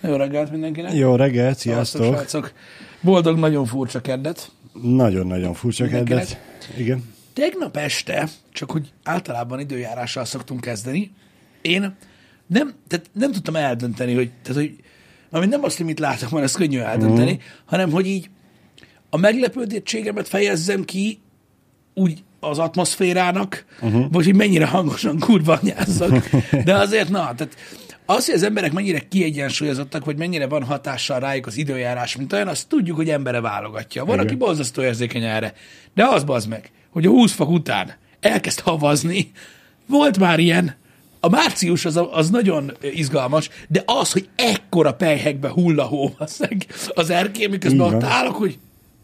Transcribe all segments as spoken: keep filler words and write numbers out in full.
Jó reggelt mindenkinek. Jó reggelt, sziasztok. Sziasztok. Boldog, nagyon furcsa keddet. Nagyon-nagyon furcsa keddet. Igen. Tegnap este, csak hogy általában időjárással szoktunk kezdeni, én nem, tehát nem tudtam eldönteni, hogy, tehát, hogy amit nem azt, hogy mit látok, mert ezt könnyű eldönteni, mm. hanem hogy így a meglepődétségemet fejezzem ki úgy az atmoszférának, uh-huh. vagy hogy mennyire hangosan kurva anyázzak. De azért, na, tehát az, hogy az emberek mennyire kiegyensúlyozottak, vagy mennyire van hatással rájuk az időjárás, mint olyan, azt tudjuk, hogy embere válogatja. Van, igen. Aki borzasztó érzékeny erre. De az bazd meg, hogy a húsz fok után elkezd havazni, volt már ilyen, a március az, az nagyon izgalmas, de az, hogy ekkora pelyhekbe hull a hó, az erkély, miközben ott állok, hogy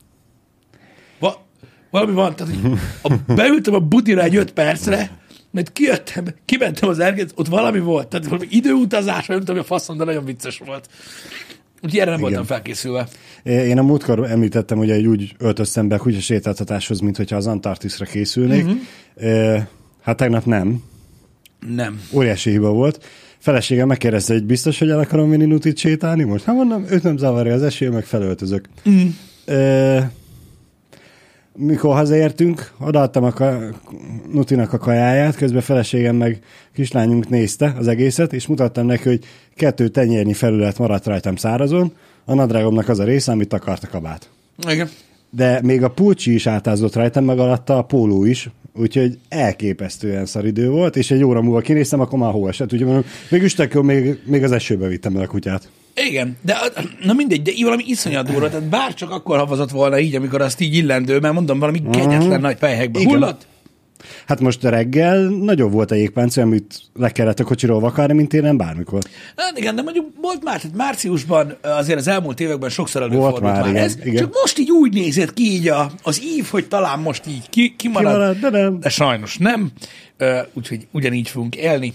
va, valami van, tehát hogy a, beültem a budira egy öt percre, mert kijöttem, kimentem az erkélyt, ott valami volt, tehát valami időutazás, nem tudom, hogy a faszom, de nagyon vicces volt. Úgyhogy erre nem igen. voltam felkészülve. Én a múltkor említettem, hogy úgy öltöztem be a kutyasétáltatáshoz, mint hogyha az Antarktiszra készülnék. Uh-huh. Hát tegnap nem. Nem. Óriási hiba volt. Feleségem megkérdezte, hogy biztos, hogy el akarom vinni Nutit sétálni most? Hát mondom, őt nem zavarja az eső, meg felöltözök. Mm. E, mikor hazaértünk, odaadtam a ka- Nutinak a kajáját, közben feleségem meg kislányunk nézte az egészet, és mutattam neki, hogy kettő tenyérnyi felület maradt rajtam szárazon, a nadrágomnak az a része, amit akart a kabát. Igen. De még a pulcsi is átázott rajtam, meg alatta a póló is, úgyhogy elképesztően szaridő volt, és egy óra múlva kinéztem, akkor már hó esett, úgyhogy mondom, még üstekül, még, még az esőbe vittem el a kutyát. Igen, de na mindegy, de valami iszonyat durva, tehát bár csak akkor havazott volna így, amikor azt így illendő, mert mondom, valami kegyetlen uh-huh. nagy pelyhekbe hullott. Hát most reggel nagyobb volt a jégpáncél, amit le kellett a kocsiról vakarni, mint télen bármikor. Hát igen, de mondjuk volt már, tehát márciusban azért az elmúlt években sokszor előfordult volt már, már igen, ez, igen. Csak most így úgy nézett ki így a, az ív, hogy talán most így ki, kimarad, kimarad de, nem. de sajnos nem, úgyhogy ugyanígy fogunk élni.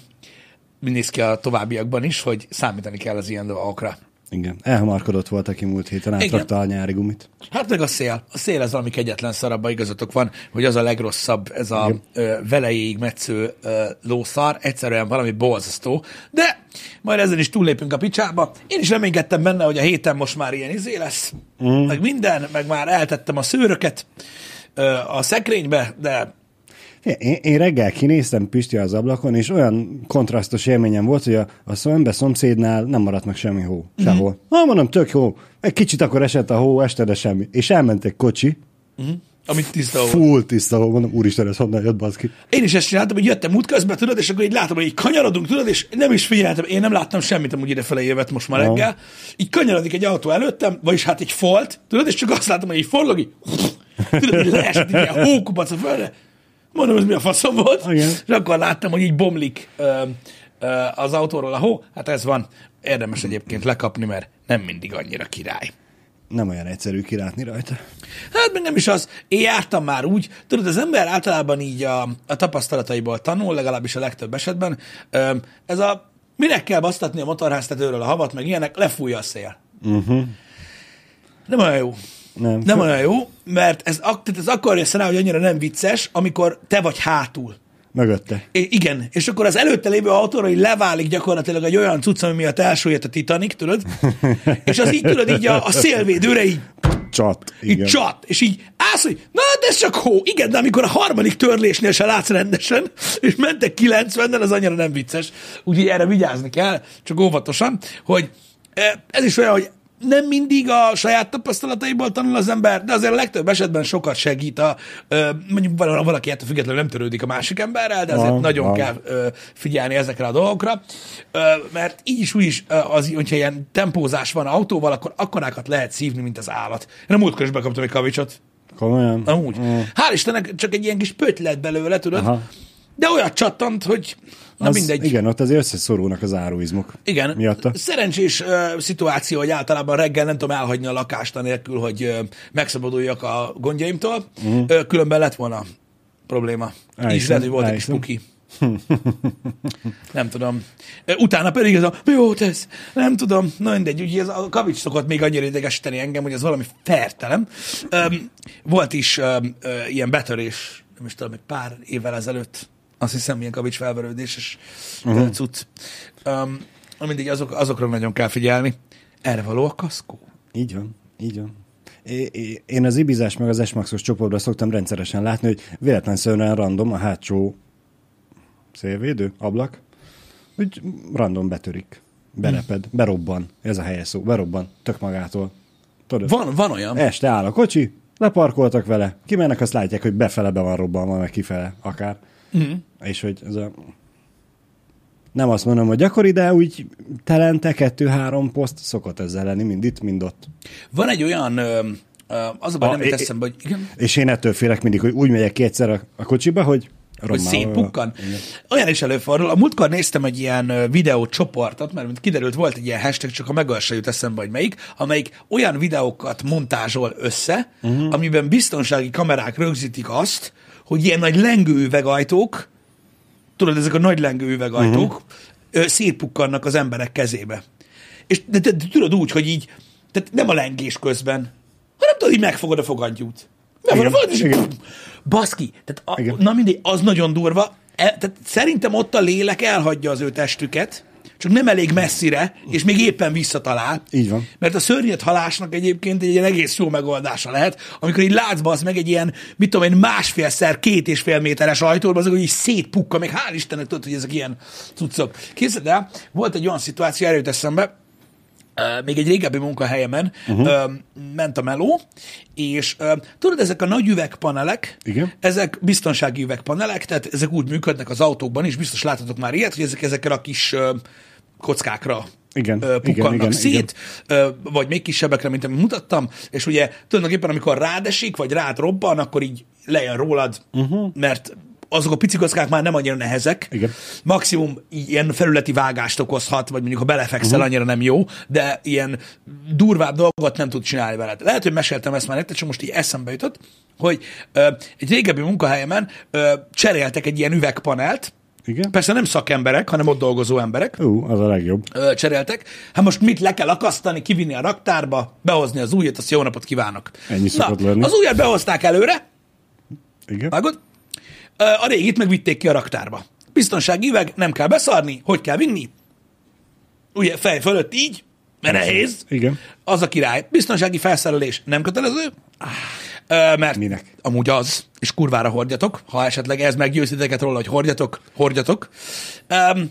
Néz ki a továbbiakban is, hogy számítani kell az ilyen dolgokra. Igen, elhamarkodott volt, aki múlt héten átrakta a nyári gumit. Hát meg a szél. A szél az valami kegyetlen szarabba, igazatok van, hogy az a legrosszabb, ez a ö, velejéig metsző ö, lószar, egyszerűen valami borzasztó, de majd ezen is túllépünk a picsába. Én is reménykedtem benne, hogy a héten most már ilyen izé lesz, mm. meg minden, meg már eltettem a szőröket ö, a szekrénybe, de Én, én reggel kinéztem Pisti az ablakon, és olyan kontrasztos élményem volt, hogy a, a szembe szomszédnál nem maradt meg semmi hó. Sehol. Mm-hmm. Ha mondom, tök hó. Egy kicsit akkor esett a hó, este, de semmi. És elment egy kocsi. Mm-hmm. Amit tiszta hó. Full tiszta hó. Mondom, úristen, ez honnan jött, baszki. Én is ezt csináltam, hogy jöttem út közben, tudod, és akkor így látom, hogy így kanyarodunk, tudod, és nem is figyeltem, én nem láttam semmit, amúgy idefele jövet most ma reggel. No. Így kanyarodik egy autó előttem, vagyis hát egy folt, tudod, és csak azt látom, hogy így forlog, így, tudod, hogy leesett egy ilyen hókupac a földre. Mondom, ez mi a faszom volt, igen. És akkor láttam, hogy így bomlik ö, ö, az autóról a hó. Hát ez van. Érdemes egyébként lekapni, mert nem mindig annyira király. Nem olyan egyszerű kilátni rajta. Hát meg nem is az. Én jártam már úgy. Tudod, az ember általában így a, a tapasztalataiból tanul, legalábbis a legtöbb esetben. Ö, ez a, minek kell basztatni a motorháztetőről a havat, meg ilyenek, lefújja a szél. Uh-huh. Nem olyan jó. Nem, nem olyan jó, mert ez, ez akkor jössz rá, hogy annyira nem vicces, amikor te vagy hátul. Mögötte. É, igen, és akkor az előtte lévő autóra így leválik gyakorlatilag egy olyan cucc, ami miatt elsüllyedt a Titanic, tudod? És az így tudod, így a, a szélvédőre így csat. Így csat. És így állsz, hogy na, de ez csak hó. Igen, de amikor a harmadik törlésnél se látsz rendesen, és mentek kilencvennel, az annyira nem vicces. Úgyhogy erre vigyázni kell, csak óvatosan, hogy ez is olyan, hogy nem mindig a saját tapasztalataiból tanul az ember, de azért a legtöbb esetben sokat segít a, mondjuk valaki ettől függetlenül nem törődik a másik emberrel, de azért ah, nagyon ah. kell figyelni ezekre a dolgokra, mert így is úgy is, az, hogyha ilyen tempózás van autóval, akkor akkorákat lehet szívni, mint az állat. Én a múltkor is bekaptam egy kavicsot. Komolyan? Amúgy. Mm. Hál' Istennek csak egy ilyen kis pöty lett belőle, tudod? Aha. De olyat csattant, hogy na az, mindegy. Igen, ott azért összeszorulnak az áruizmok. Igen. Miatta. Szerencsés uh, szituáció, hogy általában reggel nem tudom elhagyni a lakást anélkül, hogy uh, megszabaduljak a gondjaimtól. Uh-huh. Uh, különben lett volna probléma. Elhiszem, Így lehet, hogy volt elhiszem. Egy kis puki. Nem tudom. Uh, utána pedig ez a, mi volt ez? Nem tudom. Na mindegy, úgyhogy ez a kavics szokott még annyira idegesíteni engem, hogy ez valami fertelem. Um, volt is um, uh, ilyen betörés, nem is tudom, egy pár évvel ezelőtt. Azt hiszem, ilyen kavics felverődéses uh-huh. cucc. Um, mindig azok, azokra nagyon kell figyelni. Erre való a kaszkó. Így van, így van. É, é, én az Ibizás meg az S-Maxos csoportban szoktam rendszeresen látni, hogy véletlenszerűen random a hátsó szélvédő, ablak, hogy random betörik, bereped, berobban, ez a helyes szó, berobban, tök magától. Tudod, Van, van olyan. este áll a kocsi, leparkoltak vele, kimennek, azt látják, hogy befele be van robbanva, meg kifele akár. Mm. És hogy ez a... Nem azt mondom, hogy gyakori, de úgy telente kettő-három poszt szokott ezzel lenni, mind itt, mind ott. Van egy olyan, ö, ö, az a baj, nem jut eszembe, hogy igen. És én ettől félek mindig, hogy úgy megyek ki egyszer a, a kocsiba, hogy hogy szétpukkan. Olyan is előfordul. A múltkor néztem egy ilyen videócsoportot, mert mint kiderült, volt egy ilyen hashtag, csak a meg se jut eszembe, hogy melyik, amelyik olyan videókat montázsol össze, uh-huh. amiben biztonsági kamerák rögzítik azt, hogy ilyen nagy lengőüvegajtók, tudod, ezek a nagy lengőüvegajtók uh-huh. szétpukkannak az emberek kezébe. És de, de, de, tudod úgy, hogy így, tehát nem a lengés közben, hanem tudod, így megfogod a fogantyút. Megfogod a fogantyút, és baszki, tehát a, na mindegy, az nagyon durva. E, tehát szerintem ott a lélek elhagyja az ő testüket, csak nem elég messzire, és még éppen visszatalál. Így van. Mert a szörnyet halásnak egyébként egy ilyen egész jó megoldása lehet, amikor így látsz az meg egy ilyen, mit tudom én, másfélszer, két és fél méteres ajtóban, azok, hogy így szétpukka, még hál' Istennek tudod, hogy ezek ilyen cuccok. Képzeld el, volt egy olyan szituáció, erőt eszembe, Uh, még egy régebbi munkahelyemen uh-huh. uh, ment a meló, és uh, tudod, ezek a nagy üvegpanelek, igen. ezek biztonsági üvegpanelek, tehát ezek úgy működnek az autókban is, biztos láttatok már ilyet, hogy ezek ezekkel a kis uh, kockákra igen, uh, pukkannak igen, igen, szét, igen. Uh, vagy még kisebbekre, mint amit mutattam, és ugye tulajdonképpen, amikor rád esik, vagy rád robban, akkor így lejön rólad, uh-huh. mert azok a pici kockák már nem annyira nehezek. Igen. Maximum ilyen felületi vágást okozhat, vagy mondjuk ha belefekszel, uh-huh. annyira nem jó, de ilyen durvább dolgot nem tud csinálni veled. Lehet, hogy meséltem ezt már nektek, csak most így eszembe jutott, hogy ö, egy régebbi munkahelyemen ö, cseréltek egy ilyen üvegpanelt. Igen. Persze nem szakemberek, hanem ott dolgozó emberek. Ú, az a legjobb. Ö, cseréltek. Hát most mit le kell akasztani, kivinni a raktárba, behozni az újat, azt jó napot kívánok. Ennyi szokott lenni. Az újat behozták előre. Igen. Vágod? A régit megvitték ki a raktárba. Biztonsági üveg, nem kell beszarni, hogy kell vinni? Ugye fej fölött így, mert nehéz. Igen. Az a király. Biztonsági felszerelés nem kötelező, mert minek? Amúgy az, és kurvára hordjatok, ha esetleg ez meggyőztiteket róla, hogy hordjatok, hordjatok. Um,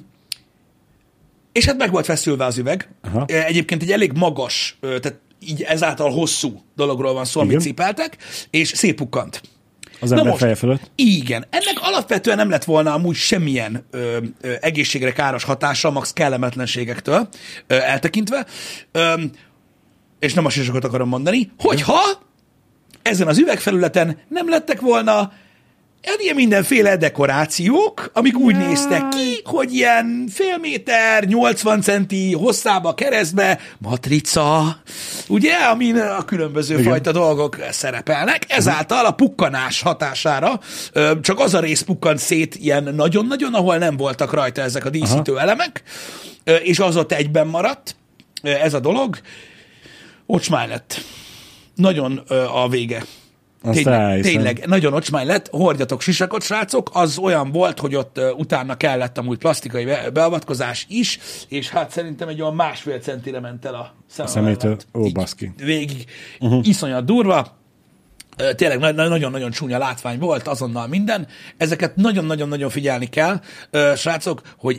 és hát meg volt feszülve az üveg. Aha. Egyébként egy elég magas, tehát így ezáltal hosszú dologról van szó, amit cipeltek, és szétpukkant. Az ember feje fölött? Igen. Ennek alapvetően nem lett volna amúgy semmilyen ö, ö, egészségre káros hatása, max kellemetlenségektől ö, eltekintve, ö, és nem a sisokat akarom mondani, hogyha ezen az üvegfelületen nem lettek volna ilyen mindenféle dekorációk, amik úgy Jaj. néztek ki, hogy ilyen fél méter, nyolcvan centi hosszába, keresztbe, matrica, ugye, amin a különböző Igen. fajta dolgok szerepelnek. Ezáltal a pukkanás hatására csak az a rész pukkant szét ilyen nagyon-nagyon, ahol nem voltak rajta ezek a díszítő Aha. elemek, és az ott egyben maradt ez a dolog. Ocsmány lett. Nagyon a vége. Tényleg, tényleg, nagyon ocsmány lett, hordjatok sisakot, srácok, az olyan volt, hogy ott uh, utána kellett amúgy plastikai be- beavatkozás is, és hát szerintem egy olyan másfél centire ment el a szemétől. Ó, baszki. Végig. Uh-huh. Iszonyat durva. Uh, tényleg na- nagyon-nagyon csúnya látvány volt, azonnal minden. Ezeket nagyon-nagyon-nagyon figyelni kell, uh, srácok, hogy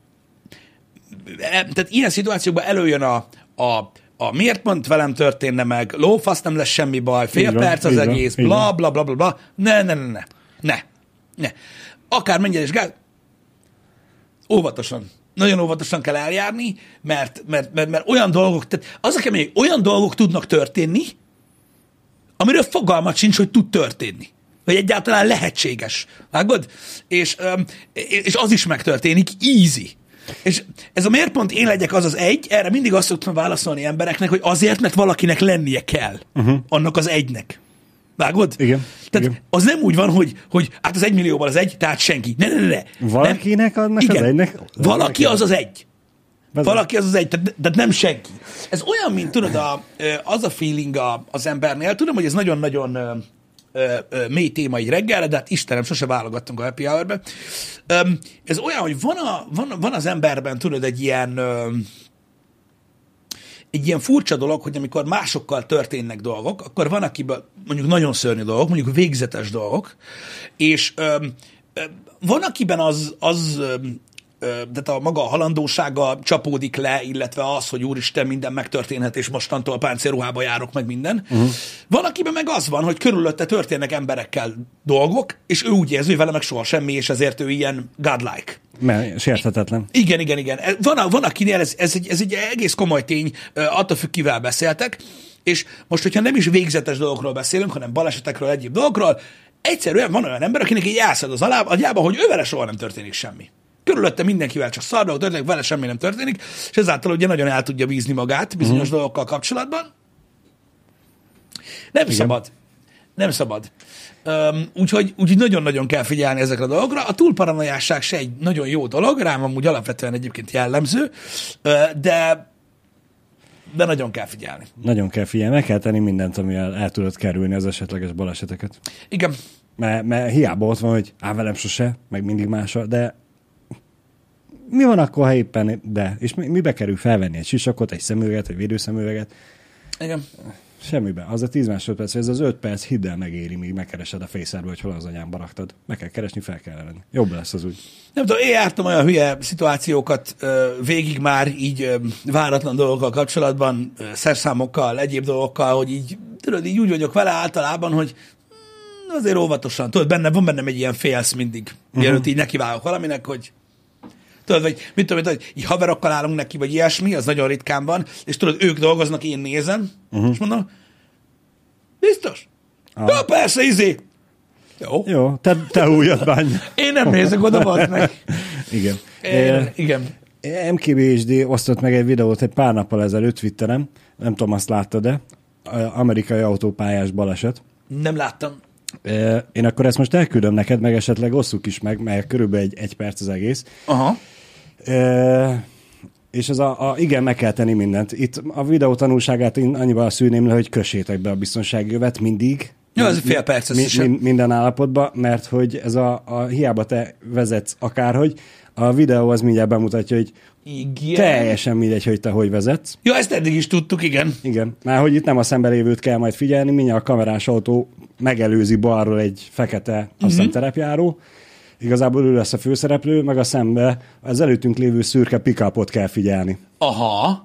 e, tehát ilyen szituációkban előjön a, a A miért pont velem történne meg, lófasz, nem lesz semmi baj, fél van, perc az egész, van, bla, bla, bla, bla, bla, ne, ne, ne, ne, ne, ne. Akár menjen is gáz, óvatosan, nagyon óvatosan kell eljárni, mert, mert, mert, mert olyan dolgok, tehát az a kemény, olyan dolgok tudnak történni, amiről fogalmat sincs, hogy tud történni. Vagy egyáltalán lehetséges. Vágod? És, és az is megtörténik, easy. És ez a miért pont én legyek az az egy, erre mindig azt szoktam válaszolni embereknek, hogy azért, mert valakinek lennie kell uh-huh. annak az egynek. Vágod? Igen. Tehát igen. az nem úgy van, hogy, hogy hát az egymillióval az egy, tehát senki. Ne, ne, ne, ne. Valakinek nem. annak Igen. az egynek? Valaki az az egy. Vezet. Valaki az az egy, tehát, tehát nem senki. Ez olyan, mint tudod, a, az a feeling a, az embernél, tudom, hogy ez nagyon-nagyon ö, ö, mély téma így reggelre, de hát Istenem, sose válogattunk a happy hour-be. Ö, ez olyan, hogy van, a, van, van az emberben, tudod, egy ilyen ö, egy ilyen furcsa dolog, hogy amikor másokkal történnek dolgok, akkor van, akiben mondjuk nagyon szörnyű dolgok, mondjuk végzetes dolgok, és ö, ö, van, akiben az, az ö, tehát a maga a halandósága csapódik le, illetve az, hogy úristen, minden megtörténhet, és mostantól páncélruhába járok, meg minden. Uh-huh. Van, akiben meg az van, hogy körülötte történnek emberekkel dolgok, és ő úgy érzi, hogy vele meg soha semmi, és ezért ő ilyen godlike. Mert sérthetetlen. Igen, igen, igen. Van, van akinél, ez, ez, egy, ez egy egész komoly tény, attól függ, kivel beszéltek, és most, hogyha nem is végzetes dolgokról beszélünk, hanem balesetekről, egyéb dolgokról, egyszerűen van olyan ember, akinek így elszed az agyába, hogy ő vele soha nem történik semmi. Körülötte mindenkivel csak szar dolgok történik, vele semmi nem történik, és ezáltal ugye nagyon el tudja bízni magát bizonyos uh-huh. dolgokkal kapcsolatban. Nem Igen. szabad. Nem szabad. Um, úgyhogy, úgyhogy nagyon-nagyon kell figyelni ezekre a dolgokra. A túlparanoiásság se egy nagyon jó dolog, rám amúgy alapvetően egyébként jellemző, de, de nagyon kell figyelni. Nagyon kell figyelni, meg kell tenni mindent, amivel el tudod kerülni az esetleges baleseteket. Igen. Mert, mert hiába ott van, hogy á, velem sose, meg mindig mással, de mi van akkor, ha éppen, de, és mi, mibe kerül felvenni egy sisakot, egy szemüveget, egy védőszemüveget? Igen. Semmiben. Az a tíz másodperc, ez az öt perc hidd el megéri, míg megkeresed a fészerből, hogy hol az anyámba raktad. Meg kell keresni, fel kell lenni. Jobb lesz az úgy. Nem tudom, én jártam olyan hülye szituációkat ö, végig már így ö, váratlan dolgokkal kapcsolatban, ö, szerszámokkal, egyéb dolgokkal, hogy így, tudod, így úgy vagyok vele általában, hogy hm, azért óvatosan, tudod, benne, van bennem egy ilyen félsz mindig, uh-huh. mielőtt így nekivágok valaminek, hogy tudod, vagy mit tudom, hogy így haverokkal állunk neki, vagy ilyesmi, az nagyon ritkán van, és tudod, ők dolgoznak, én nézem, uh-huh. és mondom, biztos? Ah. Ja, persze, izé. Jó. Jó, te, te újat bánj. Én nem nézek oda, bazd meg. Igen. É, igen. em ká bé há dé osztott meg egy videót egy pár nappal ezelőtt Twitteren, nem tudom, azt láttad-e, amerikai autópályás baleset. Nem láttam. Én akkor ezt most elküldöm neked, meg esetleg osszuk is meg, mert körülbelül egy, egy perc az egész. Aha. E, és ez a, a, igen, meg kell tenni mindent. Itt a videó tanulságát én annyival szűrném le, hogy kössétek be a biztonsági jövet mindig. Jó, ez fél perc. Mi, mi, minden állapotban, mert hogy ez a, a hiába te vezetsz akárhogy, a videó az mindjárt bemutatja, hogy igen. Teljesen mindegy, hogy te hogy vezetsz. Jó, ezt eddig is tudtuk, igen. Igen, mert hogy itt nem a szembelévőt kell majd figyelni, mindjárt a kamerás autó megelőzi balról egy fekete, azt hiszem uh-huh. terepjáró. Igazából ő lesz a főszereplő, meg a szembe az előttünk lévő szürke pick-upot kell figyelni. Aha.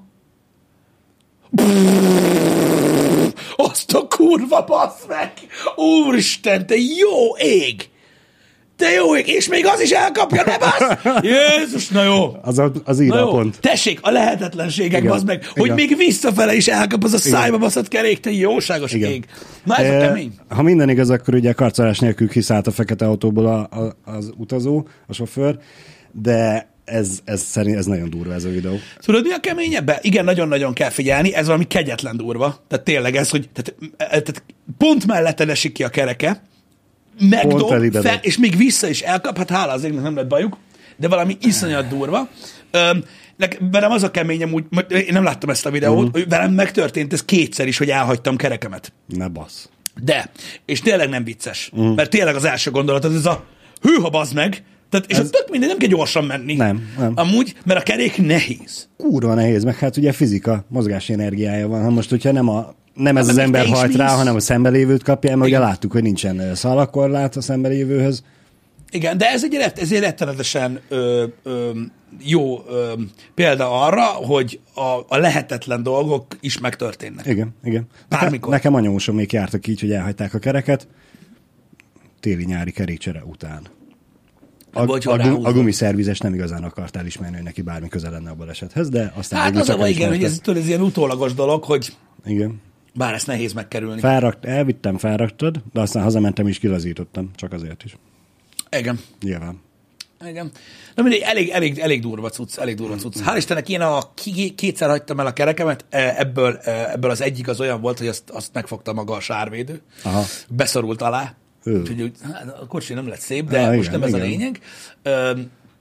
Azt a kurva, bassz meg! Úristen, te jó ég! Te jó ég! És még az is elkapja, ne bassz! Jézus, na jó! Az a, az írapont. Tessék, a lehetetlenségek, igen, bassz meg, igen. Hogy még visszafele is elkap az a szájba baszott kerék, te jóságos igen. ég. Na ez e, a kemény. Ha minden igaz, akkor ugye karcolás nélkül kiszállt a fekete autóból a, a, az utazó, a sofőr, de ez, ez szerint ez nagyon durva ez a videó. Tudod, mi a keményebben? Igen, nagyon-nagyon kell figyelni, ez valami kegyetlen durva. Tehát tényleg ez, hogy tehát, tehát pont melletted esik ki a kereke, megdob, fel, és még vissza is elkap, hát hála az égnek nem lett bajuk, de valami iszonyat durva. Öm, velem az a keményem úgy, én nem láttam ezt a videót, uh-huh. hogy velem megtörtént ez kétszer is, hogy elhagytam kerekemet. Ne bassz. De, és tényleg nem vicces, uh-huh. mert tényleg az első gondolat, ez a hűha bazd meg, tehát, és ez... tök minden, nem kell gyorsan menni. Nem, nem. Amúgy, mert a kerék nehéz. Kurva nehéz, meg hát ugye fizika, mozgási energiája van. Ha most, hogyha nem, a, nem ez az ember hajt rá, hanem a szembelévőt kapja, mert ugye láttuk, hogy nincsen szalakorlát a szembelévőhöz. Igen, de ez egy, ez egy rettenetesen ö, ö, jó ö, példa arra, hogy a, a lehetetlen dolgok is megtörténnek. Igen, igen. Bármikor. Nekem anyósom még jártak így, hogy elhagyták a kereket téli-nyári kerékcsere után. A, a, a, a gumiszervizes nem igazán akart elismerni, hogy neki bármi köze lenne a balesethez, de aztán... Hát az a igen, hogy ez, ez ilyen utólagos dolog, hogy igen. Bár ezt nehéz megkerülni. Felrakt, elvittem, felraktad, de aztán hazamentem és kilazítottam, csak azért is. Igen. Nyilván. Igen. Na mindegy, elég, elég, elég durva cucc, elég durva cucc. Hál' Istennek én a kétszer hagytam el a kerekemet, ebből, ebből az egyik az olyan volt, hogy azt, azt megfogta maga a sárvédő. Aha. Beszorult alá. Úgyhogy hát, a kocsi nem lett szép, de ah, most igen, nem ez igen. a lényeg.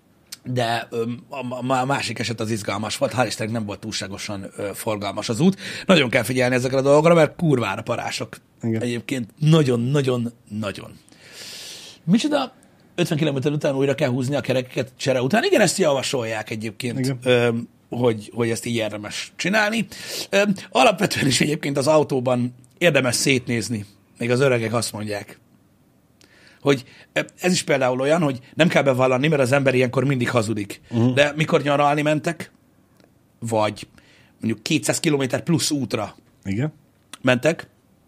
de a, a másik eset az izgalmas volt, hál' Istennek nem volt túlságosan ö, forgalmas az út. Nagyon kell figyelni ezekre a dolgokra, mert kurvára parások. Igen. Egyébként nagyon-nagyon-nagyon. Micsoda? ötven kilométer után újra kell húzni a kerekeket csere után. Igen, ezt javasolják egyébként, ö, hogy, hogy ezt így érdemes csinálni. Ö, alapvetően is egyébként az autóban érdemes szétnézni. Még az öregek azt mondják, hogy ez is például olyan, hogy nem kell bevallani, mert az ember ilyenkor mindig hazudik. Uh-huh. De mikor nyaralni mentek, vagy mondjuk kétszáz kilométer plusz útra Igen. mentek,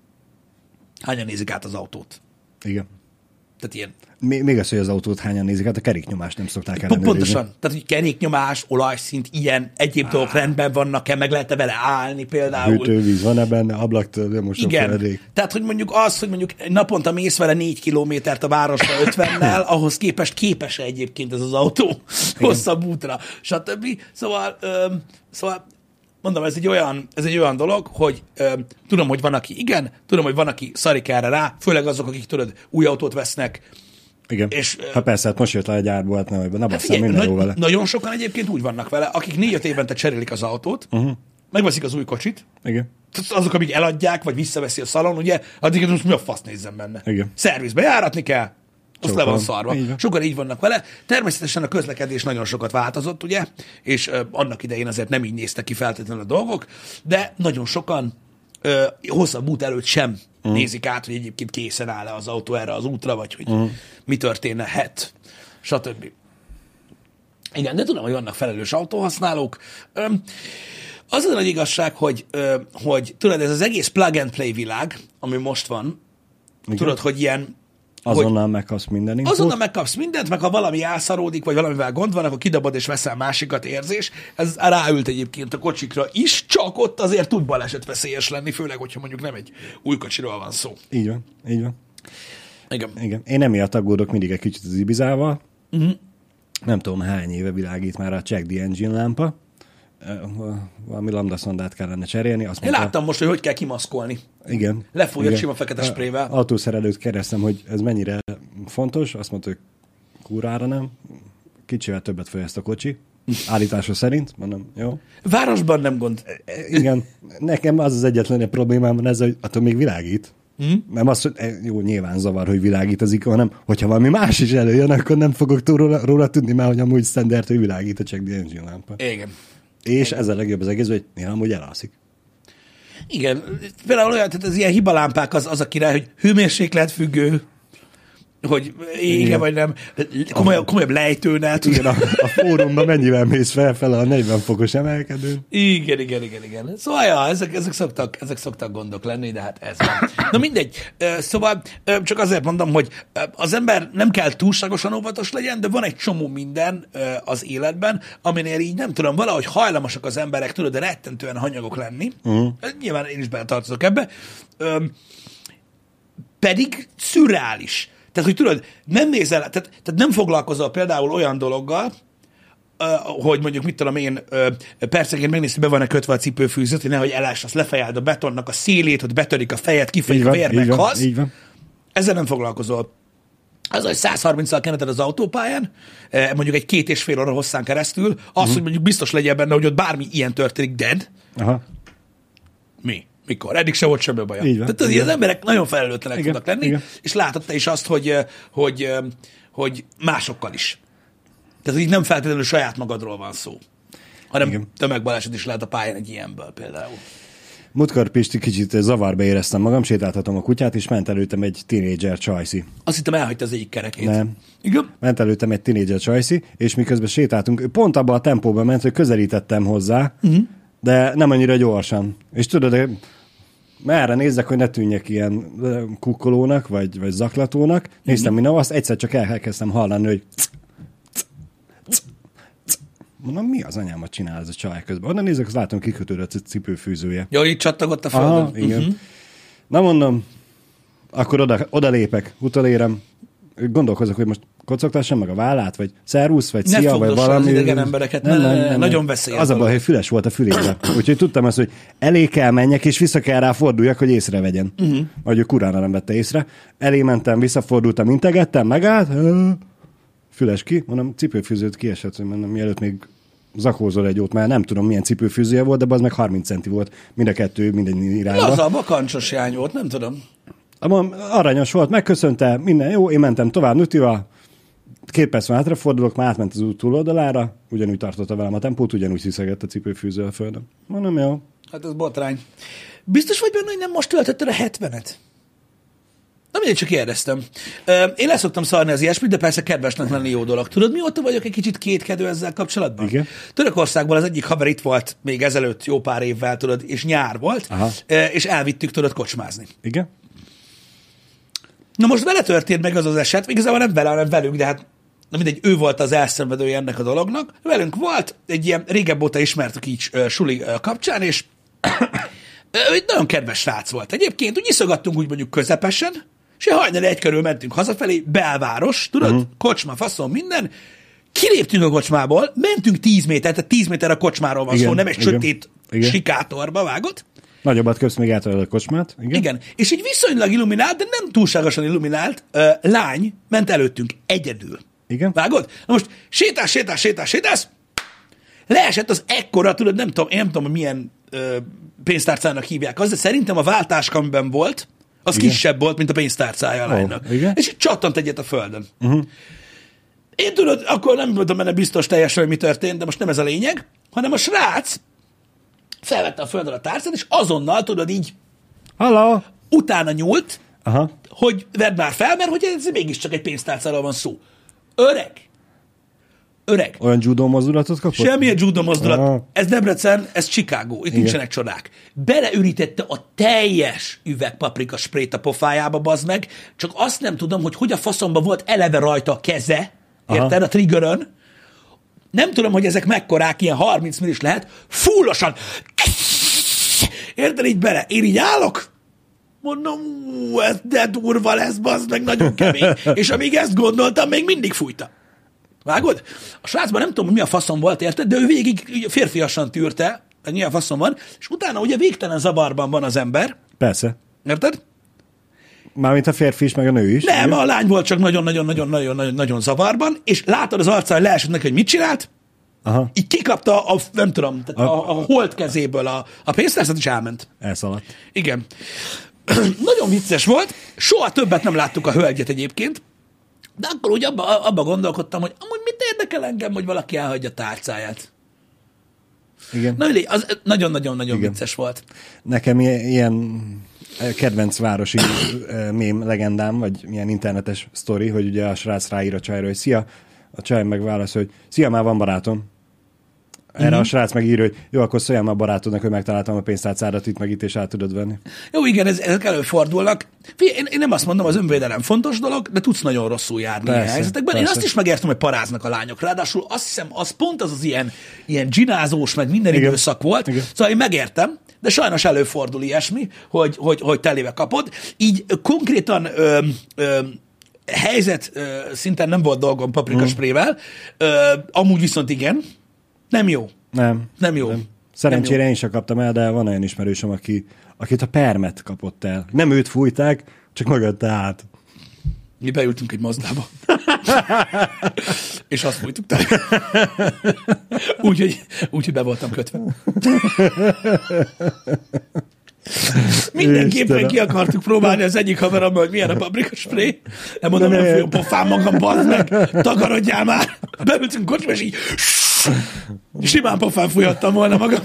hányan nézik át az autót? Igen. Tehát ilyen. Még az, hogy az autót hányan nézik, hát a keréknyomást nem szokták ellenőrizni. Pontosan. Tehát, hogy keréknyomás, olajszint, ilyen egyéb dolgok rendben vannak-e, meg lehet-e vele állni például. Hűtővíz van-e benne, ablak, nem most igen. Feledék. Tehát, hogy mondjuk az, hogy mondjuk naponta mész vele négy kilométert a városra ötvennel, ahhoz képest képes-e egyébként ez az autó igen. hosszabb útra, stb. Szóval, öm, szóval mondom, ez egy olyan, ez egy olyan dolog, hogy öm, tudom, hogy van, aki igen, tudom, hogy van, aki szarik erre rá, főleg azok, akik tudod, új autót vesznek. Igen. És, hát persze, hát most jött le a gyárból, hát nem, nem hát minden nagy, jó vele. Nagyon sokan egyébként úgy vannak vele, akik négy-öt évente cserélik az autót, uh-huh. megveszik az új kocsit, igen. azok, amíg eladják, vagy visszaveszi a szalon, ugye, addig most mi a fasz nézzem benne. Igen. Szervizbe járatni kell, azt le van szarva. Így van. Sokan így vannak vele. Természetesen a közlekedés nagyon sokat változott, ugye, és ö, annak idején azért nem így néztek ki feltétlenül a dolgok, de nagyon sokan ö, hosszabb út előtt sem uh. nézik át, hogy egyébként készen áll-e az autó erre az útra, vagy hogy uh. mi történhet, stb. Igen, de tudom, hogy vannak felelős autóhasználók. Ö, az a nagy igazság, hogy, ö, hogy tudod, ez az egész plug and play világ, ami most van, igen. Tudod, hogy ilyen azonnal megkapsz minden infót. Azonnal megkapsz mindent, meg ha valami elszaródik, vagy valamivel gond van, akkor kidobod és veszel másikat érzés. Ez ráült egyébként a kocsikra is, csak ott azért tud balesetveszélyes lenni, főleg, hogyha mondjuk nem egy új kocsiról van szó. Így van, így van. Igen. Igen. Én emiatt aggódok mindig egy kicsit az Ibizával. Uh-huh. Nem tudom, hány éve világít már a Check the Engine lámpa. Valami lambda szondát kellene cserélni. Azt Én mondta, láttam most, hogy hogy kell kimaszkolni. Igen. Lefújott sima fekete sprével. Autószerelőt kérdeztem, hogy ez mennyire fontos. Azt mondta, hogy kurvára nem. Kicsivel többet fogyaszt a kocsi. Állítása szerint. Mondom, jó. Városban nem gond. Igen. Nekem az az egyetlen problémám van ez, hogy attól még világít. Hmm? Nem az, hogy jó, nyilván zavar, hogy világít az ikon, hanem hogyha valami más is előjön, akkor nem fogok túl róla, róla tudni, mert hogy amúgy standard, hogy világít a Check the Engine lámpa. Igen. És ez a legjobb az egész, hogy néha amúgy elalszik. Igen. Például olyan, tehát az ilyen hibalámpák az, az a király, hogy hőmérséklet függő, hogy ége vagy nem, komolyabb, komolyabb lejtőnel. Igen, a, a fórumban mennyivel mész felfele a negyven fokos emelkedőn. Igen, igen, igen, igen. Szóval ja, ezek, ezek, szoktak, ezek szoktak gondok lenni, de hát ez van. Na mindegy. Szóval csak azért mondom, hogy az ember nem kell túlságosan óvatos legyen, de van egy csomó minden az életben, aminél így nem tudom, valahogy hajlamosak az emberek, tudod, de rettentően hanyagok lenni. Uh-huh. Nyilván én is beletartozok ebbe. Pedig szürreális. Tehát, hogy tudod, nem nézel, tehát, tehát nem foglalkozol például olyan dologgal, uh, hogy mondjuk, mit tudom én, uh, percenként megnézd, be van-e kötve a cipőfűzőt, hogy nehogy eláss, azt lefejeld a betonnak a szélét, hogy betörik a fejed, kifolyik a vér, meghalsz. Ezzel nem foglalkozol. Az, hogy száz harminccal keneted az autópályán, mondjuk egy két és fél óra hosszán keresztül, az, uh-huh. hogy mondjuk biztos legyen benne, hogy ott bármi ilyen történik, dead. Aha. Mi? Mikor? Eddig se volt semmi baja. Tehát az, az emberek nagyon felelőtlenek igen, tudnak lenni, igen. És látod te is azt, hogy, hogy, hogy másokkal is. Tehát így nem feltétlenül saját magadról van szó, hanem igen. Tömegbaleset is lehet a pályán egy ilyenből például. Múltkor, Pisti, kicsit zavarba éreztem magam, sétáltatom a kutyát, és ment előttem egy tínédzser csajszi. Azt hittem, elhagyta az egyik kerekét. Nem. Igen? Ment előttem egy tínédzser csajszi, és miközben sétáltunk, ő pont abban a tempóban ment, hogy közelítettem hozzá, uh-huh. de nem annyira gyorsan. És tudod, merre nézzek, hogy ne tűnjek ilyen kukkolónak, vagy, vagy zaklatónak. Néztem mm-hmm. minden, azt egyszer csak elkezdtem hallani, hogy mondom, mi az anyámat csinál ez a csaj közben? Onnan nézek, azt látom, kikötődött a cipőfűzője. Jó, így csattogott a földön. Aha, igen. Mm-hmm. Na mondom, akkor oda, oda lépek, utolérem, gondolkozok, hogy most kocogtassam meg a vállát, vagy szervusz, vagy ne szia, vagy valami. Ne idegen embereket, nem, nem, nem, nem, nagyon veszélyes. Az a baj, hogy füles volt a fülébe. Úgyhogy tudtam azt, hogy elé kell menjek, és vissza kell rá forduljak, hogy észrevegyen. Uh-huh. Vagy ő kurára nem vette észre. Elé mentem, visszafordultam, integettem, megállt, füles ki, mondom, cipőfűzőt kiesett, hogy mondom, mielőtt még zakózol egy jót, már nem tudom, milyen cipőfűzője volt, de az meg harminc centi volt, mind a kettő, minden irányba. Laza, bakancsos jány volt, nem tudom. Mondom, aranyos volt, megköszönte, minden jó, én mentem tovább Nutival, két perc van hátrafordulok, már átment az út túloldalára, ugyanúgy tartotta velem a tempót, ugyanúgy sziszegett a cipőfűző a földön. Mondom, jó. Hát ez botrány. Biztos vagy benne, hogy nem most töltötted a hetvenet? Na mindegy, csak kérdeztem. Én leszoktam szarni az ilyesmit, de persze kedvesnek lenni jó dolog. Tudod, mióta vagyok egy kicsit kétkedő ezzel kapcsolatban? Igen. Törökországból az egyik haver itt volt még ezelőtt jó pár évvel, tudod, és nyár volt, Aha. és elvittük, tudod, kocsmázni. Igen? Na most vele történt meg az az eset, igazából nem vele, hanem velünk, de hát na mindegy, ő volt az elszenvedője ennek a dolognak. Velünk volt, egy ilyen régebb óta ismertük így uh, suli uh, kapcsán, és egy nagyon kedves srác volt. Egyébként úgy iszogattunk úgy mondjuk közepesen, és hajnali egy körül mentünk hazafelé, belváros, tudod, uh-huh. kocsma, faszom, minden. Kiléptünk a kocsmából, mentünk tíz méter, tehát tíz méter a kocsmáról van igen, szó, nem egy igen, sötét igen. sikátorba vágott. Nagyobbat köpsz még át a kocsmát. Igen. igen. És egy viszonylag illuminált, de nem túlságosan illuminált uh, lány ment előttünk egyedül. Igen. Vágod? Na most sétálsz, sétálsz, sétálsz, sétálsz, leesett az ekkora, tudod, nem tudom, én nem tudom, milyen ö, pénztárcának hívják az, de szerintem a váltás, amiben volt, az igen. kisebb volt, mint a pénztárcája a lánynak. Oh, és így csattant egyet a földön. Uh-huh. Én tudod, akkor nem voltam benne biztos teljesen, hogy mi történt, de most nem ez a lényeg, hanem a srác felvette a földön a tárcát, és azonnal, tudod, így Hello. utána nyúlt, aha. hogy vedd már fel, mert hogy ez mégiscsak egy pénztárcáról van szó. Öreg. Öreg. Olyan judo mozdulatot kapott? Semmilyen judo mozdulat. Aha. Ez Debrecen, ez Chicago. Itt igen. nincsenek csodák. Beleürítette a teljes üveg paprika sprayt a pofájába, bazd meg. Csak azt nem tudom, hogy hogy a faszomba volt eleve rajta a keze, érted, a triggerön. Nem tudom, hogy ezek mekkorák, ilyen harminc millis lehet. Fullosan. Érted, így bele. Én így állok. Mondom, ú, ez de durva lesz, bazd meg, nagyon kemény. És amíg ezt gondoltam, még mindig fújta. Vágod? A srácban nem tudom, hogy mi a faszom volt, érted, de ő végig férfiasan tűrte, hogy mi a faszom van, és utána ugye végtelen zavarban van az ember. Persze. Érted? Mármint a férfi is, meg a nő is. Nem, ugye? A lány volt csak nagyon-nagyon-nagyon-nagyon zavarban, és látod az arcán, hogy leesett neki, hogy mit csinált, aha. így kikapta a, nem tudom, tehát a, a holt kezéből a, a pénztárcát, és elment. Elszaladt. Igen. Nagyon vicces volt, soha többet nem láttuk a hölgyet egyébként, de akkor úgy abba, abba gondolkodtam, hogy amúgy mit érdekel engem, hogy valaki elhagyja a tárcáját. Igen. Na, az nagyon-nagyon-nagyon vicces volt. Nekem ilyen kedvenc városi mém legendám, vagy milyen internetes sztori, hogy ugye a srác ráír a csajra, hogy szia, a csaj megválaszol, hogy szia, már van barátom. Erre uh-huh. a srác megírja, hogy jó, akkor szóljál már barátodnak, hogy megtaláltam a pénztárcádat itt, meg itt, és át tudod venni. Jó, igen, ez, ezek előfordulnak. Én, én nem azt mondom, az önvédelem fontos dolog, de tudsz nagyon rosszul járni persze, ilyen helyzetekben. Persze. Én azt is megértem, hogy paráznak a lányok. Ráadásul azt hiszem, az pont az az ilyen, ilyen dzsinázós, meg minden igen. időszak volt. Igen. Szóval én megértem, de sajnos előfordul ilyesmi, hogy, hogy, hogy telébe kapod. Így konkrétan ö, ö, helyzet ö, szinten nem volt dolgom paprikasprével, ö, amúgy viszont igen. Nem jó. Nem. Nem jó. Nem. Szerencsére nem én sem kaptam el, de van olyan ismerősöm, aki, akit a permet kapott el. Nem őt fújták, csak mögötte át. Mi beültünk egy Mazdába. És azt fújtuk tele. Úgyhogy úgy, be voltam kötve. Mindenképpen ki akartuk próbálni az egyik haverommal, hogy milyen a paprikaspray. Nem mondom, hogy fújom pofám magam, bazd meg, takarodjál már. Beültünk kocsba, és így simán pofán fújhattam volna magam.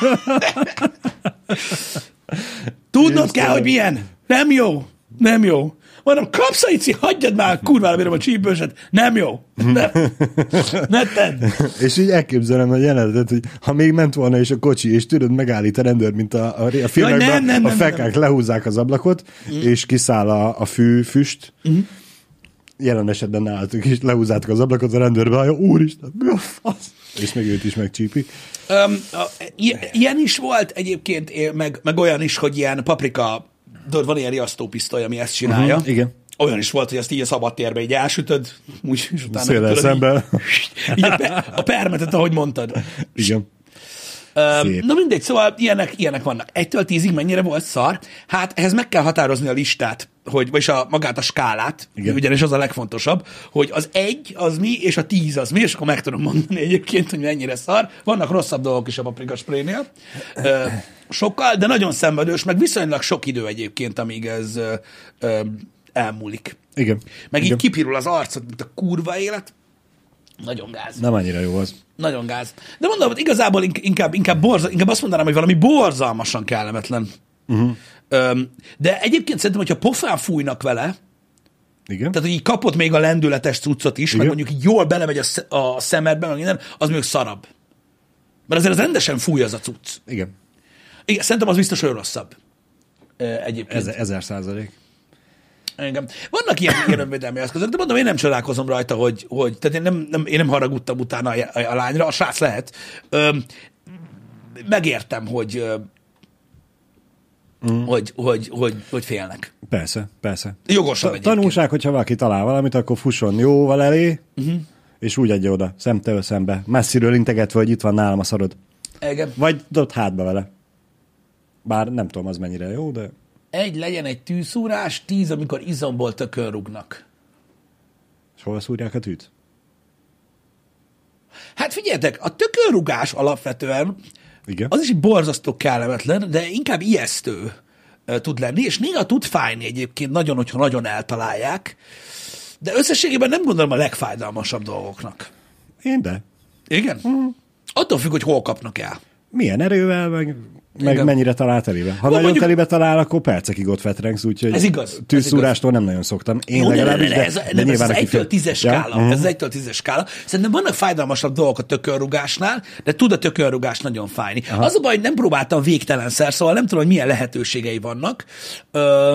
Tudnod kell, hogy milyen. Nem jó. Nem jó. Mondom, kapszaici, hagyjad már, kurvára bírom a csípőset. Nem jó. Nem. Ne tedd. És így elképzelem a jelenetet, hogy ha még ment volna is a kocsi, és tudod, megállít a rendőr, mint a, a, a filmekben, ja, nem, nem, a fekák lehúzzák az ablakot, mm. és kiszáll a, a fű, füst. Mm. Jelen esetben álltunk, és lehúzzátok az ablakot, a rendőrbe, hogy úristen, mi a fasz? És meg őt is megcsípi. Um, a, ilyen is volt egyébként, meg, meg olyan is, hogy ilyen paprika, de van ilyen riasztópisztoly, ami ezt csinálja. Uh-huh, igen. Olyan is volt, hogy azt így a szabadtérbe így elsütöd, úgy, és utána széllel szemben. Így, így a, pe, a permetet, ahogy mondtad. Igen. Um, na mindegy, szóval ilyenek, ilyenek vannak. Egytől tízig mennyire volt szar? Hát ehhez meg kell határozni a listát. hogy, vagyis a, magát a skálát, Igen. ugyanis az a legfontosabb, hogy az egy az mi, és a tíz az mi, és akkor meg tudom mondani egyébként, hogy mennyire szar. Vannak rosszabb dolgok is a paprikaspraynél, ö, sokkal, de nagyon szenvedős, meg viszonylag sok idő egyébként, amíg ez ö, ö, elmúlik. Igen. Meg Igen. így kipirul az arcod, mint a kurva élet. Nagyon gáz. Nem annyira jó az. Nagyon gáz. De mondom, hogy igazából inkább, inkább, borza, inkább azt mondanám, hogy valami borzalmasan kellemetlen. Uh-huh. Öm, de egyébként szerintem, hogyha pofán fújnak vele, Igen. tehát, hogy így kapott még a lendületes cuccot is, Igen. meg mondjuk így jól belemegy a, sz- a szemedbe, meg minden, az még szarabb. Mert azért az rendesen fúj az a cucc. Igen. Igen, szerintem az biztos, hogy rosszabb. Ö, Egyébként. Ezer, ezer százalék. Igen. Vannak ilyen, ilyen önvédelmi eszközök, de mondom, én nem csodálkozom rajta, hogy, hogy tehát én nem, nem, én nem haragudtam utána a, a, a lányra, a srác lehet. Ö, megértem, hogy, ö, mm. hogy, hogy, hogy, hogy félnek. Persze, persze. Jogosan Ta- egyébként. Tanulság, hogyha valaki talál valamit, akkor fusson jóval elé, uh-huh. és úgy adja oda, szemtől szembe. Messziről integetve, hogy itt van nálam a szarod. Igen. Vagy dobd hátba vele. Bár nem tudom, az mennyire jó, de... Egy legyen egy tűszúrás, tíz, amikor izomból tökön rúgnak. És hol szúrják a tűt? Hát figyeljetek, a tökönrugás alapvetően Igen. az is egy borzasztó kellemetlen, de inkább ijesztő uh, tud lenni, és néha tud fájni egyébként nagyon, hogyha nagyon eltalálják, de összességében nem gondolom a legfájdalmasabb dolgoknak. Én de. Igen? Mm. Attól függ, hogy hol kapnak el. Milyen erővel, meg, meg Igen. mennyire talál telibe. Ha Van nagyon mondjuk- telibe talál, akkor percekig ott vetrengsz, úgyhogy Ez igaz, ez tűzszúrástól nem nagyon szoktam. Én Jó, ne, ne, ne, legalábbis, ne, de, ez, de nem, ez nyilván az aki egytől fél- tízes Ja? skála. Mhm. Ez az egytől tízes skála. Szerintem vannak fájdalmasabb dolgok a tökönrugásnál, de tud a tökönrugás nagyon fájni. Aha. Az a baj, hogy nem próbáltam végtelenszer, szóval nem tudom, hogy milyen lehetőségei vannak. Ö,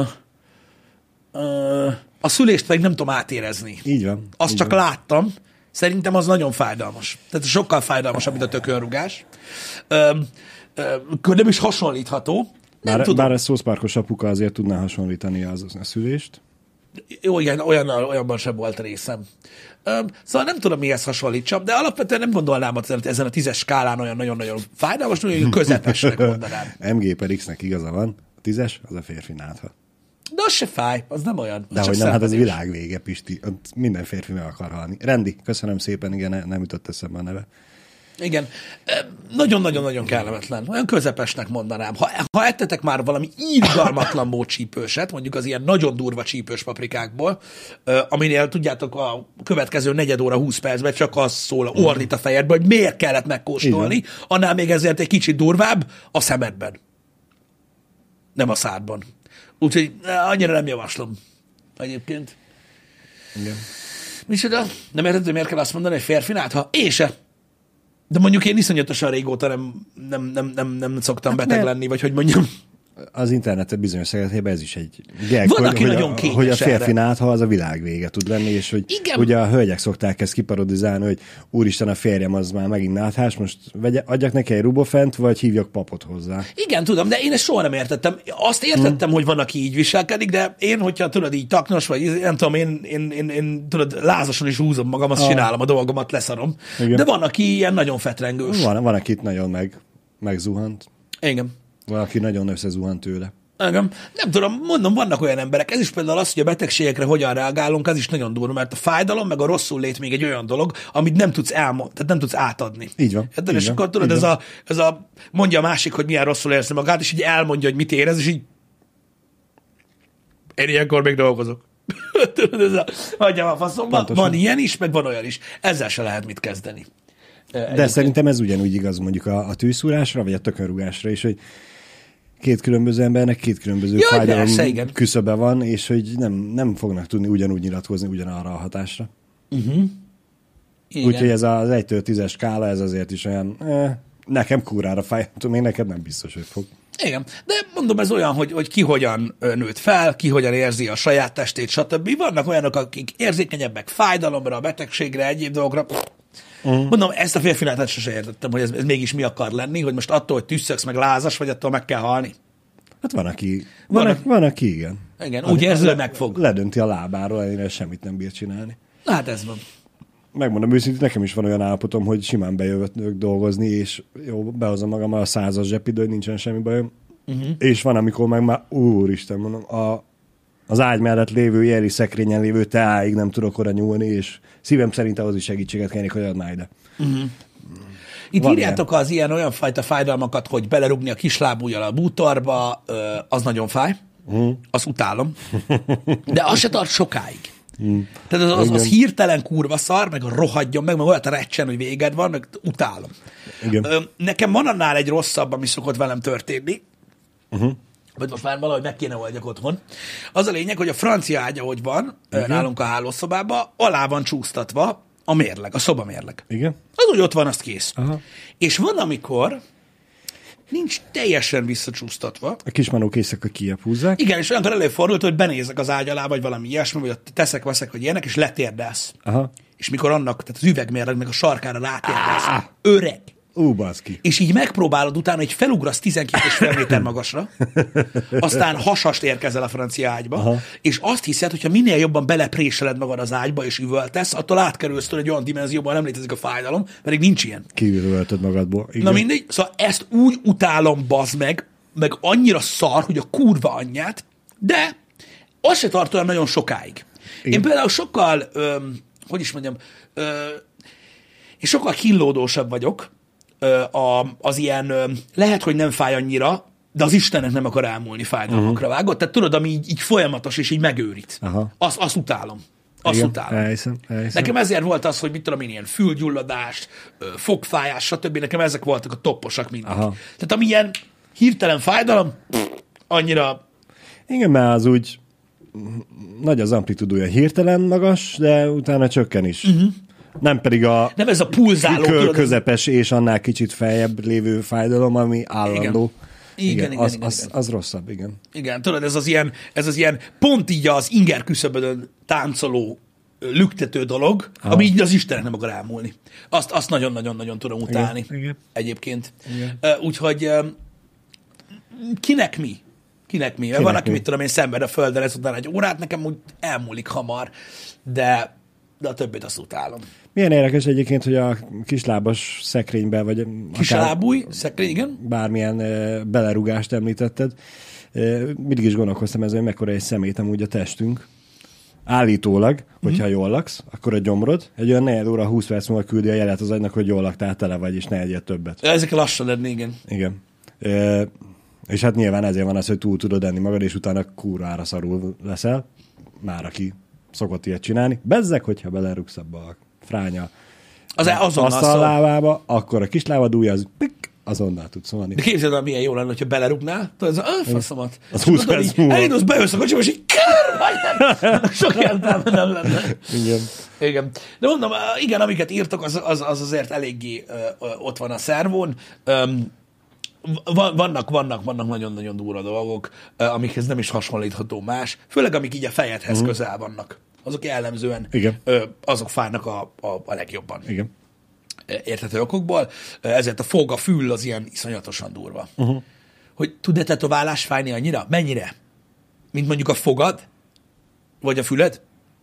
ö, a szülést meg nem tudom átérezni. Így van. Azt így csak van. láttam. Szerintem az nagyon fájdalmas. Tehát sokkal fájdalmasabb, mint a tökönrugás. Ö, ö, nem is hasonlítható. Nem Bár, tudom. bár a szószpárkos apuka azért tudná hasonlítani az, a szülést. Jó, igen, olyan, olyanban sem volt részem. Öm, szóval nem tudom, mihez hasonlítsam, de alapvetően nem gondolnám, hogy ezen a tízes skálán olyan nagyon-nagyon fájdalmas, hogy közepesnek mondanám. em gé per X-nek igaza van. A tízes, az a férfi nátha. De az se fáj, az nem olyan. Az De csak hogy nem, hát ez szenvedés. világvége, Pisti. Ott minden férfi meg akar halni. Rendi, köszönöm szépen, igen, ne- nem jutott eszembe a neve. Igen. Öm, Nagyon-nagyon-nagyon kellemetlen. Olyan közepesnek mondanám. Ha, ha ettetek már valami irgalmatlan módcsípőset, mondjuk az ilyen nagyon durva csípős paprikákból, ö, aminél tudjátok a következő negyed óra, húsz percben csak az szól, ordít a fejedbe, hogy miért kellett megkóstolni, annál még ezért egy kicsit durvább a szemedben. Nem a szádban. Úgyhogy eh, annyira nem javaslom. Egyébként. Igen. Micsoda? Nem érted, hogy miért kell azt mondani, hogy férfinát? Ha én se. De mondjuk én iszonyatosan régóta nem, nem, nem, nem, nem szoktam hát beteg ne. lenni, vagy hogy mondjam. Az internetet bizonyos szegletében ez is egy gag, Van, hogy, aki hogy, nagyon a, kényes hogy a férfi erre. nátha az a világ vége tud lenni, és hogy Igen. ugye a hölgyek szokták ezt kiparodizálni, hogy úristen, a férjem az már megint náthás, most vegye, adjak neki egy rubofent, vagy hívjak papot hozzá. Igen, tudom, de én ezt soha nem értettem. Azt értettem, hmm. hogy van, aki így viselkedik, de én, hogyha tudod, így taknos, vagy nem tudom, én, én, én, én tudod, lázasan is húzom magam, azt ah. csinálom a dolgomat, leszarom. Igen. De van, aki ilyen nagyon fetrengős. Van, van akit nagyon meg, megzuhant, Igen. van, aki nagyon összezuhant tőle. Nem, nem tudom, mondom, vannak olyan emberek. Ez is például az, hogy a betegségekre hogyan reagálunk, ez is nagyon durva, mert a fájdalom meg a rosszul lét még egy olyan dolog, amit nem tudsz elmond, tehát nem tudsz átadni. Így van. Érted? Így És van, akkor tudod, így ez van. a, ez a, mondja a másik, hogy milyen rosszul érzi magát, és így elmondja, hogy mit érez, és így én ilyenkor még dolgozok. Tudod, ez a, hagyjam a faszomba. Pontosan. Van ilyen is, meg van olyan is. Ezzel se lehet mit kezdeni. De Egyébként. szerintem ez ugyanúgy igaz mondjuk a, a tűzszúrásra, vagy a tökönrugásra is, hogy két különböző embernek két különböző Ja, fájdalom persze, igen. küszöbe van, és hogy nem, nem fognak tudni ugyanúgy nyilatkozni ugyanarra a hatásra. Igen. Úgyhogy ez az egytől tízes skála, ez azért is olyan, eh, nekem kúrára fáj, tudom, még neked nem biztos, hogy fog. Igen, de mondom, ez olyan, hogy, hogy ki hogyan ö, nőtt fel, ki hogyan érzi a saját testét, stb. Vannak olyanok, akik érzékenyebbek fájdalomra, a betegségre, egyéb dolgokra. Uh-huh. Mondom, ezt a férfinát sose értettem, hogy ez, ez mégis mi akar lenni, hogy most attól, hogy tüsszöksz, meg lázas, vagy attól meg kell halni. Hát van, aki, Van, van, aki- aki, van aki igen. Igen, Van, úgy érzi, le, hogy megfog. Ledönti a lábáról, ennél semmit nem bír csinálni. Na hát ez van. Megmondom őszintén, nekem is van olyan állapotom, hogy simán bejövök dolgozni, és jó, behozom magam a százas zsepidő, hogy nincsen semmi bajom. Uh-huh. És van, amikor meg már, úristen, mondom, a Az ágy mellett lévő jeli szekrényen lévő teáig nem tudok oda nyúlni, és szívem szerint ahhoz is segítséget kérnék, hogy adná ide. Uh-huh. Itt Van írjátok ilyen. Az ilyen olyan fajta fájdalmakat, hogy belerugni a kislábújjal a bútorba, az nagyon fáj, uh-huh. azt utálom, de az se tart sokáig. Mm. Tehát az, az, az hirtelen kurva szar, meg rohadjon meg, meg olyat recsen, hogy véged van, meg utálom. Igen. Nekem van annál egy rosszabb, ami szokott velem történni, uh-huh. vagy most már valahogy meg kéne oldjak otthon. Az a lényeg, hogy a francia ágy, ahogy van, igen. nálunk a hálószobában, alá van csúsztatva a mérleg, a szobamérleg. Igen. Az úgy ott van, az kész. Aha. És van, amikor nincs teljesen visszacsúsztatva. A kismanók éjszaka kijebb húzzák. Igen, és olyankor előfordult, hogy benézek az ágy alá, vagy valami ilyesmi, vagy ott teszek-veszek, hogy ilyenek, és letérdelsz. Aha. És mikor annak, tehát az üvegmérlegnek a sarkára rátérdelsz, ah! öreg. Ú, baszki. És így megpróbálod utána, hogy felugrasz tizenkét és fél méter magasra, aztán hasast érkezel a francia ágyba, aha. és azt hiszed, hogyha minél jobban belepréseled magad az ágyba, és üvöltesz, attól átkerülsz tőle egy olyan dimenzióban, nem létezik a fájdalom, pedig nincs ilyen. Kiüvöltöd magadból. Igen. Na mindegy, szóval ezt úgy utálom, bazd meg, meg annyira szar, hogy a kurva anyját, de az se tart olyan nagyon sokáig. Igen. Én például sokkal, öm, hogy is mondjam, öm, én sokkal killódósabb vagyok, A, az ilyen, lehet, hogy nem fáj annyira, de az Istennek nem akar elmúlni fájdalmakra, uh-huh. vágod? Tehát tudod, ami így, így folyamatos, és így megőrít. Aha. Azt, azt utálom. Azt igen, utálom. Elhiszem, elhiszem. Nekem ezért volt az, hogy mit tudom én, ilyen fülgyulladás, fogfájás, stb. Nekem ezek voltak a topposak mindig. Aha. Tehát ami ilyen hirtelen fájdalom, pff, annyira... Igen, mert az úgy nagy az amplitúdója, hirtelen magas, de utána csökken is. Uh-huh. Nem pedig a, nem ez a pulzáló, kö, közepes és annál kicsit feljebb lévő fájdalom, ami állandó. Igen, igen, igen, az, igen, az, igen. az rosszabb, igen. Igen, tudod, ez az ilyen, ez az ilyen pont így az inger küszöbödön táncoló, lüktető dolog, aha. ami így az Istennek nem akar elmúlni. Azt, azt nagyon-nagyon-nagyon tudom utálni. Igen, igen. Egyébként. Igen. Úgyhogy kinek mi? Kinek mi? Kinek van, aki, mit tudom én, szenved a földön ezután egy órát, nekem úgy elmúlik hamar, de de a többit azt utálom. Milyen érdekes egyébként, hogy a kislábas szekrényben, vagy kislábúj szekrény, igen? Bármilyen uh, belerúgást említetted. Uh, mindig is gondolkoztam ezen, hogy mekkora egy szemét amúgy a testünk. Állítólag, hogyha mm-hmm. jól laksz, akkor a gyomrod egy olyan negyed óra, húsz perc múlva küldi a jelet az agynak, hogy jól laktál, tele vagy, és ne egyél többet. Ezek lassan lenni, igen. Igen. Uh, és hát nyilván ezért van az, hogy túl tudod enni magad, és utána kurvára szarul leszel. Már aki szokott ilyet csinálni. Bezzeg, hogyha belerugsz abba a fránya az asztallávába, akkor a kislábad új az pik, azonnal tudsz szólni. De képzeld el, milyen jó lenne, hogyha belerugnál, tudod, ez a faszomat. Az húsz perc múlva. Elindulsz, bejössz a kocsiba, és így kár, sok értelme nem lenne. Igen. Igen. De mondom, igen, amiket írtok, az, az, az azért eléggé uh, ott van a szervón. Um, Vannak, vannak, vannak nagyon-nagyon durva dolgok, amikhez nem is hasonlítható más, főleg amik így a fejedhez uh-huh. közel vannak. Azok jellemzően igen. azok fájnak a, a, a legjobban. Igen. Érthető okokból. Ezért a fog, a fül az ilyen iszonyatosan durva. Uh-huh. Hogy tud-e tetoválás fájni annyira? Mennyire? Mint mondjuk a fogad? Vagy a füled?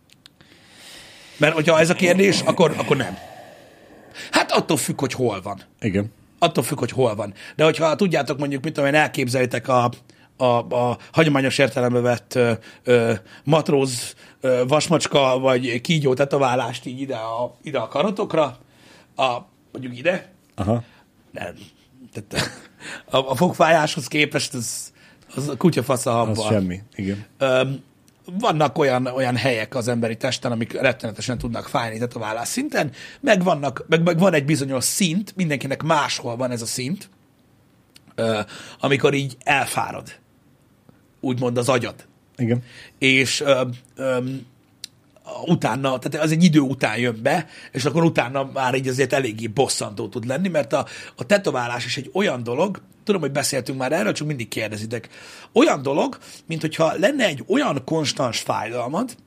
Mert hogyha ez a kérdés, akkor, akkor nem. Hát attól függ, hogy hol van. Igen. Attól függ, hogy hol van. De hogyha tudjátok, mondjuk, mit tudom én, elképzeljétek a, a, a hagyományos értelembe vett ö, ö, matróz, ö, vasmacska, vagy kígyó tetoválást így ide a, ide a karotokra, a, mondjuk ide. Aha. Nem. Tehát a, a fogfájáshoz képest az, az a kutyafasza habban. Az semmi, igen. Ö, vannak olyan, olyan helyek az emberi testen, amik rettenetesen tudnak fájni tetoválás szinten, meg, vannak, meg, meg van egy bizonyos szint, mindenkinek máshol van ez a szint, uh, amikor így elfárad, úgymond az agyad. Igen. És uh, um, utána, tehát az egy idő után jön be, és akkor utána már így azért eléggé bosszantó tud lenni, mert a, a tetoválás is egy olyan dolog, tudom, hogy beszéltünk már erről, csak mindig kérdezitek. Olyan dolog, mint hogyha lenne egy olyan konstans fájdalmad,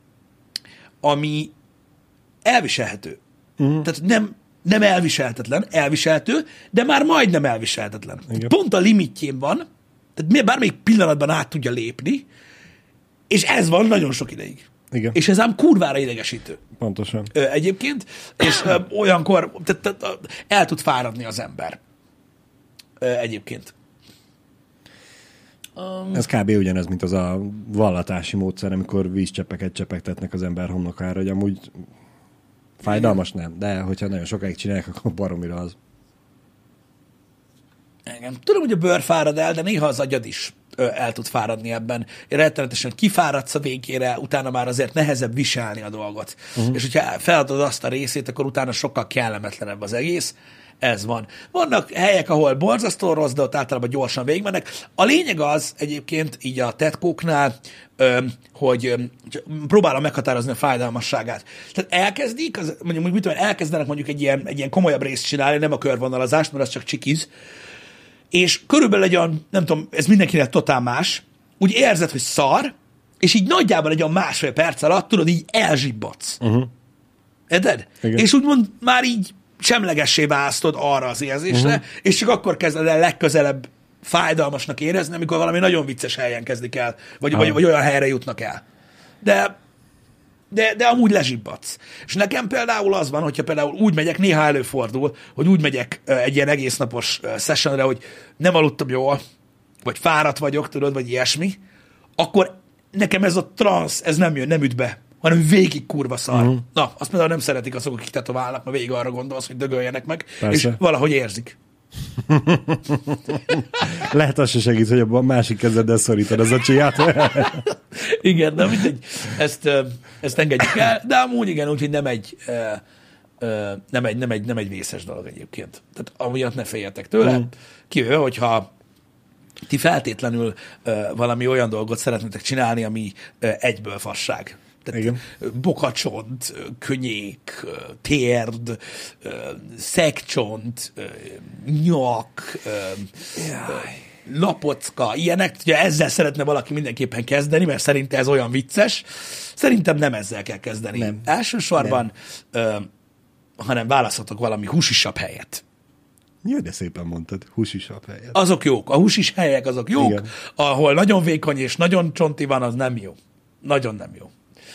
ami elviselhető. Uh-huh. Tehát nem, nem elviselhetetlen, elviselhető, de már majdnem elviselhetetlen. Pont a limitjén van, tehát bármelyik pillanatban át tudja lépni, és ez van nagyon sok ideig. Igen. És ez ám kurvára idegesítő. Pontosan. Ö, egyébként, és ö, olyankor tehát, tehát, el tud fáradni az ember. Ö, egyébként. Um, Ez kb. Ugyanez, mint az a vallatási módszer, amikor vízcseppeket csepegtetnek az ember homlokára, hogy amúgy fájdalmas nem, de hogyha nagyon sokáig csinálják, akkor baromira az. Igen. Tudom, hogy a bőr fárad el, de néha az agyad is ö, el tud fáradni ebben. Rettenetesen kifáradsz a végére, utána már azért nehezebb viselni a dolgot. Uh-huh. És hogyha feladod azt a részét, akkor utána sokkal kellemetlenebb az egész. Ez van. Vannak helyek, ahol borzasztó rossz, de ott általában gyorsan végigmennek. A lényeg az egyébként így a tetkóknál, hogy próbálom meghatározni a fájdalmasságát. Tehát elkezdik, az, mondjuk, mit tudom, elkezdenek mondjuk egy ilyen, egy ilyen komolyabb részt csinálni, nem a körvonalazást, mert az csak csikiz, és körülbelül egy olyan, nem tudom, ez mindenkinek totál más, úgy érzed, hogy szar, és így nagyjából egy olyan másfél perc alatt, tudod, így elzsibbadsz. Uh-huh. Érted? És úgymond már így semlegessé választod arra az érzésre, uh-huh. és csak akkor kezded el legközelebb fájdalmasnak érezni, amikor valami nagyon vicces helyen kezdik el, vagy, vagy, vagy olyan helyre jutnak el. De, de, de amúgy lezsibbadsz. És nekem például az van, hogyha például úgy megyek, néha előfordul, hogy úgy megyek egy ilyen egésznapos sessionre, hogy nem aludtam jól, vagy fáradt vagyok, tudod, vagy ilyesmi, akkor nekem ez a transz, ez nem jön, nem üt be, hanem végig kurva szar. Uh-huh. Na, azt például nem szeretik azok, akik tetoválnak, mert végig arra gondolsz, hogy dögöljenek meg, persze. És valahogy érzik. Lehet az se segít, hogy a másik kezeddel szorítod az acsiját. Igen, de mindegy, ezt, ezt engedjük el, de amúgy igen, úgyhogy nem egy, nem egy, nem egy, nem egy vészes dolog egyébként. Tehát amiatt ne féljetek tőle. Uh-huh. Kivéve, hogyha ti feltétlenül valami olyan dolgot szeretnétek csinálni, ami egyből fasság. Igen. Bokacsont, könnyék, térd, szegcsont, nyak, Jaj. lapocka, ilyenek. Ugye ezzel szeretne valaki mindenképpen kezdeni, mert szerinte ez olyan vicces. Szerintem nem ezzel kell kezdeni. Nem. Elsősorban, nem. hanem választhatok valami húsisabb helyet. Jó, de szépen mondtad, húsisabb helyet. Azok jók. A húsis helyek azok jók, igen. Ahol nagyon vékony és nagyon csonti van, az nem jó. Nagyon nem jó.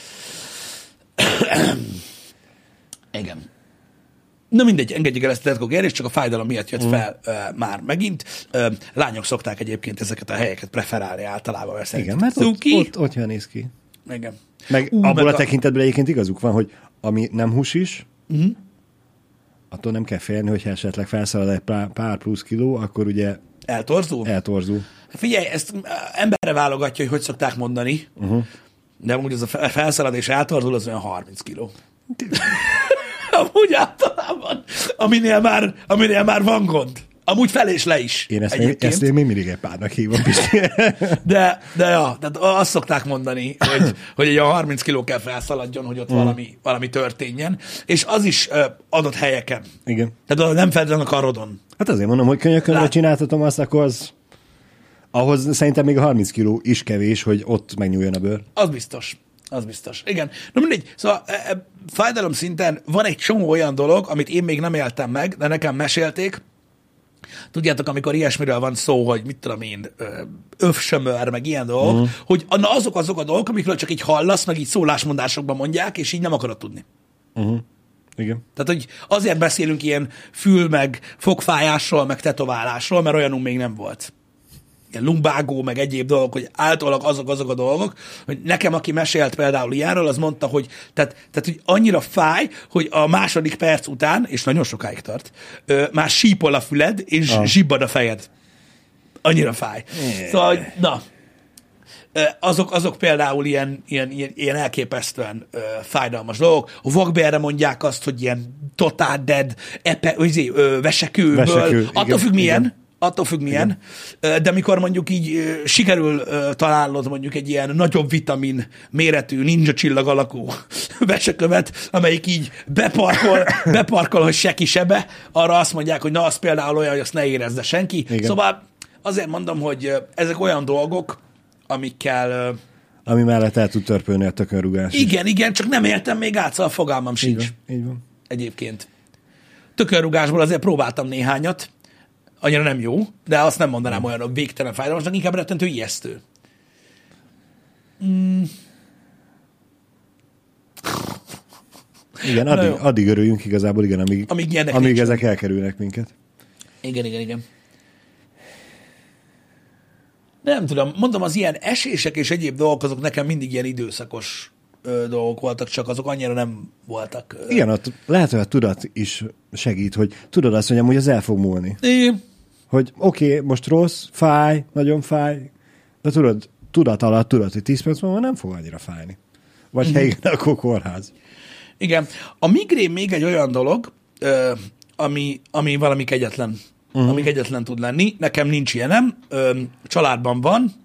Igen. Na mindegy, engedjük el ezt a tetkókérést, csak a fájdalom miatt jött fel mm. uh, már megint. Uh, lányok szokták egyébként ezeket a helyeket preferálni általában, mert igen, mert ott, ott, ott jön néz ki. Igen. Meg uh, abból meg a tekintetben egyébként igazuk van, hogy ami nem húsis, uh-huh. attól nem kell félni, hogyha esetleg felszalad egy pár plusz kiló, akkor ugye eltorzul? Eltorzul. Figyelj, ezt emberre válogatja, hogy hogy szokták mondani, uh-huh. de amúgy az a felszalad és eltorzul, az olyan harminc kiló. Amúgy általában, aminél már, aminél már van gond. Amúgy fel és le is. Én ezt, még, ezt én még mindig egy párnak hívom. de, de ja, tehát azt szokták mondani, hogy, hogy egy harminc kiló kell felszaladjon, hogy ott mm. valami, valami történjen. És az is uh, adott helyeken. Igen. Tehát nem feltétlenül a karodon. Hát azért mondom, hogy könnyökönre csináltatom azt, akkor az... Ahhoz szerintem még a harminc kiló is kevés, hogy ott megnyúljon a bőr. Az biztos. Az biztos. Igen. Na mindegy, szóval e, e, fájdalom szinten van egy csomó olyan dolog, amit én még nem éltem meg, de nekem mesélték. Tudjátok, amikor ilyesmiről van szó, hogy mit tudom én, övsömör, meg ilyen dolgok, uh-huh. hogy na, azok azok a dolgok, amikről csak így hallasz, meg így szólásmondásokban mondják, és így nem akarod tudni. Uh-huh. Igen. Tehát, hogy azért beszélünk ilyen fül, meg fogfájásról, meg tetoválásról, mert olyanunk még nem volt. Ilyen lumbágó, meg egyéb dolgok, hogy általában azok azok a dolgok, hogy nekem, aki mesélt például ilyenről, az mondta, hogy, tehát, tehát, hogy annyira fáj, hogy a második perc után, és nagyon sokáig tart, ö, már sípol a füled, és ah. zsibbad a fejed. Annyira fáj. Yeah. Szóval, na, azok, azok például ilyen, ilyen, ilyen, ilyen elképesztően ö, fájdalmas dolgok. A vakbélre mondják azt, hogy ilyen totál dead, epe, özé, ö, vesekőből, Vesekő, attól igen, függ milyen, igen. Attól függ milyen, igen. De mikor mondjuk így sikerül találnod mondjuk egy ilyen nagyobb vitamin méretű ninja csillag alakú vesekövet, amelyik így beparkol, beparkol, hogy se ki sebe, arra azt mondják, hogy na, az például olyan, hogy azt ne érezze senki. Igen. Szóval azért mondom, hogy ezek olyan dolgok, amikkel... Ami mellett el tud törpölni a tökönrugás. Igen, igen, csak nem értem még át, szóval fogalmam sincs. Így van, így van. Egyébként. Tökönrugásból azért próbáltam néhányat, annyira nem jó, de azt nem mondanám olyan, hogy végtelen fájdalmasnak, inkább rettentő ijesztő. Mm. Igen, addig, addig örüljünk igazából, igen, amíg, amíg, amíg ezek elkerülnek minket. Igen, igen, igen. Nem tudom, mondom, az ilyen esések és egyéb dolgok, azok nekem mindig ilyen időszakos ö, dolgok voltak, csak azok annyira nem voltak. Ö. Igen, ott lehet, hogy a tudat is segít, hogy tudod azt, hogy amúgy az el fog múlni. Igen. Hogy oké, okay, most rossz, fáj, nagyon fáj, de tudod, tudat alatt tudod, hogy tíz perc múlva nem fog annyira fájni. Vagy mm-hmm. ha igen, akkor kórház. Igen. A migrén még egy olyan dolog, ö, ami, ami valami kegyetlen. Uh-huh. Ami kegyetlen tud lenni. Nekem nincs ilyenem. Ö, családban van.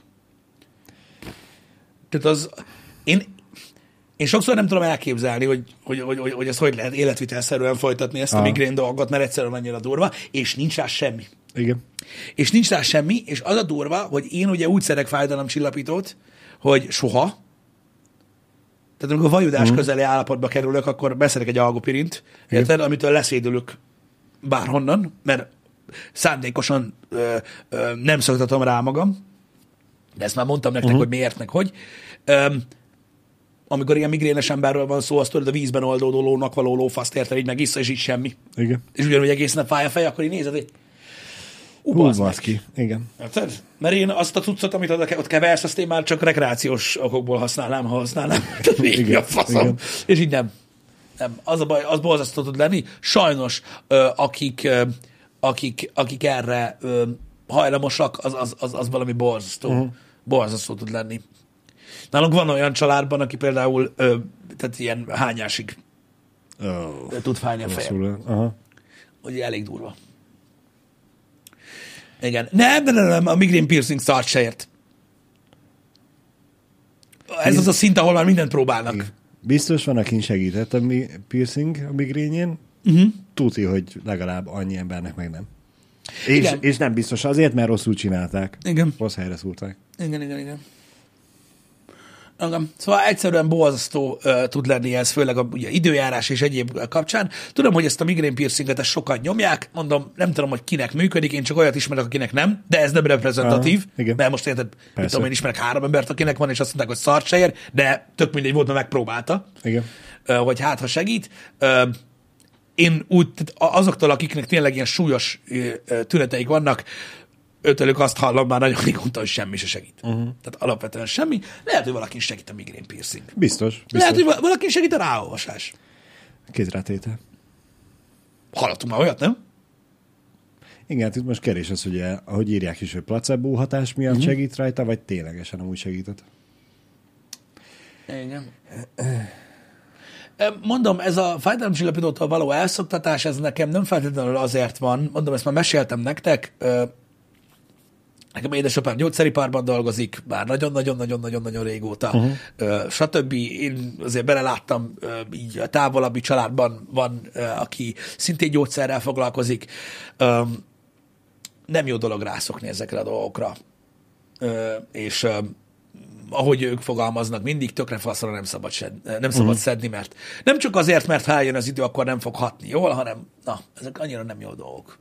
Tehát az... Én, én sokszor nem tudom elképzelni, hogy, hogy, hogy, hogy, hogy ezt hogy lehet életvitelszerűen folytatni, ezt a migrén dolgot, mert egyszerűen annyira durva, és nincs rá semmi. Igen. És nincs rá semmi, és az a durva, hogy én ugye úgy szedek fájdalomcsillapítót, hogy soha. Tehát amikor vajudás uh-huh. közeli állapotba kerülök, akkor beszedek egy algopirint, érted, amitől leszédülök bárhonnan, mert szándékosan ö, ö, nem szoktatom rá magam, de ezt már mondtam nektek, uh-huh. hogy miért, meg hogy. Ö, amikor ilyen migrénes emberről van szó, azt tudod, a vízben oldódó lónak való lófaszt, érted, így meg iszza, és így semmi. Igen. És ugyanúgy egész nap fáj a fej, akkor így nézed, hogy ú, bazd ki. Igen. Érted? Mert én azt a cuccot, amit ott keversz, azt én már csak rekreációs okokból használnám, ha használnám. Igen, a faszom. Igen. És így nem. nem. Az a baj, az borzasztó tud lenni. Sajnos, ö, akik, ö, akik, akik erre ö, hajlamosak, az, az, az, az valami borzasztó. Uh-huh. Borzasztó tud lenni. Nálunk van olyan családban, aki például ö, tehát ilyen hányásig oh, tud fájni a fejem. Uh-huh. Ugye elég durva. Igen. Nem, nem, nem, a migrén piercing szart se ért. Ez az a szint, ahol már mindent próbálnak. Igen. Biztos van, akin segített a mi piercing a migrényén. Uh-huh. Tudja, hogy legalább annyi embernek meg nem. És, és nem biztos azért, mert rosszul csinálták. Igen. Rossz helyre szúrták. Igen, igen, igen. Igen. Szóval egyszerűen borzasztó uh, tud lenni ez, főleg a ugye, időjárás és egyéb kapcsán. Tudom, hogy ezt a migrén piercinget ezt sokan nyomják, mondom, nem tudom, hogy kinek működik, én csak olyat ismerek, akinek nem, de ez nem reprezentatív, uh, mert most érted, mit tudom, én ismerek három embert, akinek van, és azt mondták, hogy szart se ér, de tök mindegy volt, mert megpróbálta, igen. Uh, hogy hát, ha segít. Uh, én úgy, azoktól, akiknek tényleg ilyen súlyos uh, tüneteik vannak, őtőlük azt hallom már nagyon régóta, hogy semmi se segít. Uh-huh. Tehát alapvetően semmi. Lehet, hogy valakin segít a migrén piercing. Biztos. biztos. Lehet, hogy valakin segít a ráolvasás. Kézrátétel. Hallottunk már olyat, nem? Igen, itt most kerés az, hogy ahogy írják is, hogy placebo hatás miatt uh-huh. segít rajta, vagy ténylegesen amúgy segített. Igen. Mondom, ez a fájdalomcsillapítótól való elszoktatás, ez nekem nem feltétlenül azért van, mondom, ezt már meséltem nektek, nekem édesapám gyógyszeriparban dolgozik, már nagyon-nagyon-nagyon-nagyon-nagyon régóta, uh-huh. stb. Én azért beleláttam, így a távolabbi családban van, aki szintén gyógyszerrel foglalkozik. Nem jó dolog rászokni ezekre a dolgokra. És ahogy ők fogalmaznak, mindig tökre faszra nem szabad, sed, nem szabad uh-huh. szedni, mert nem csak azért, mert ha eljön az idő, akkor nem fog hatni jól, hanem na, ezek annyira nem jó dolgok.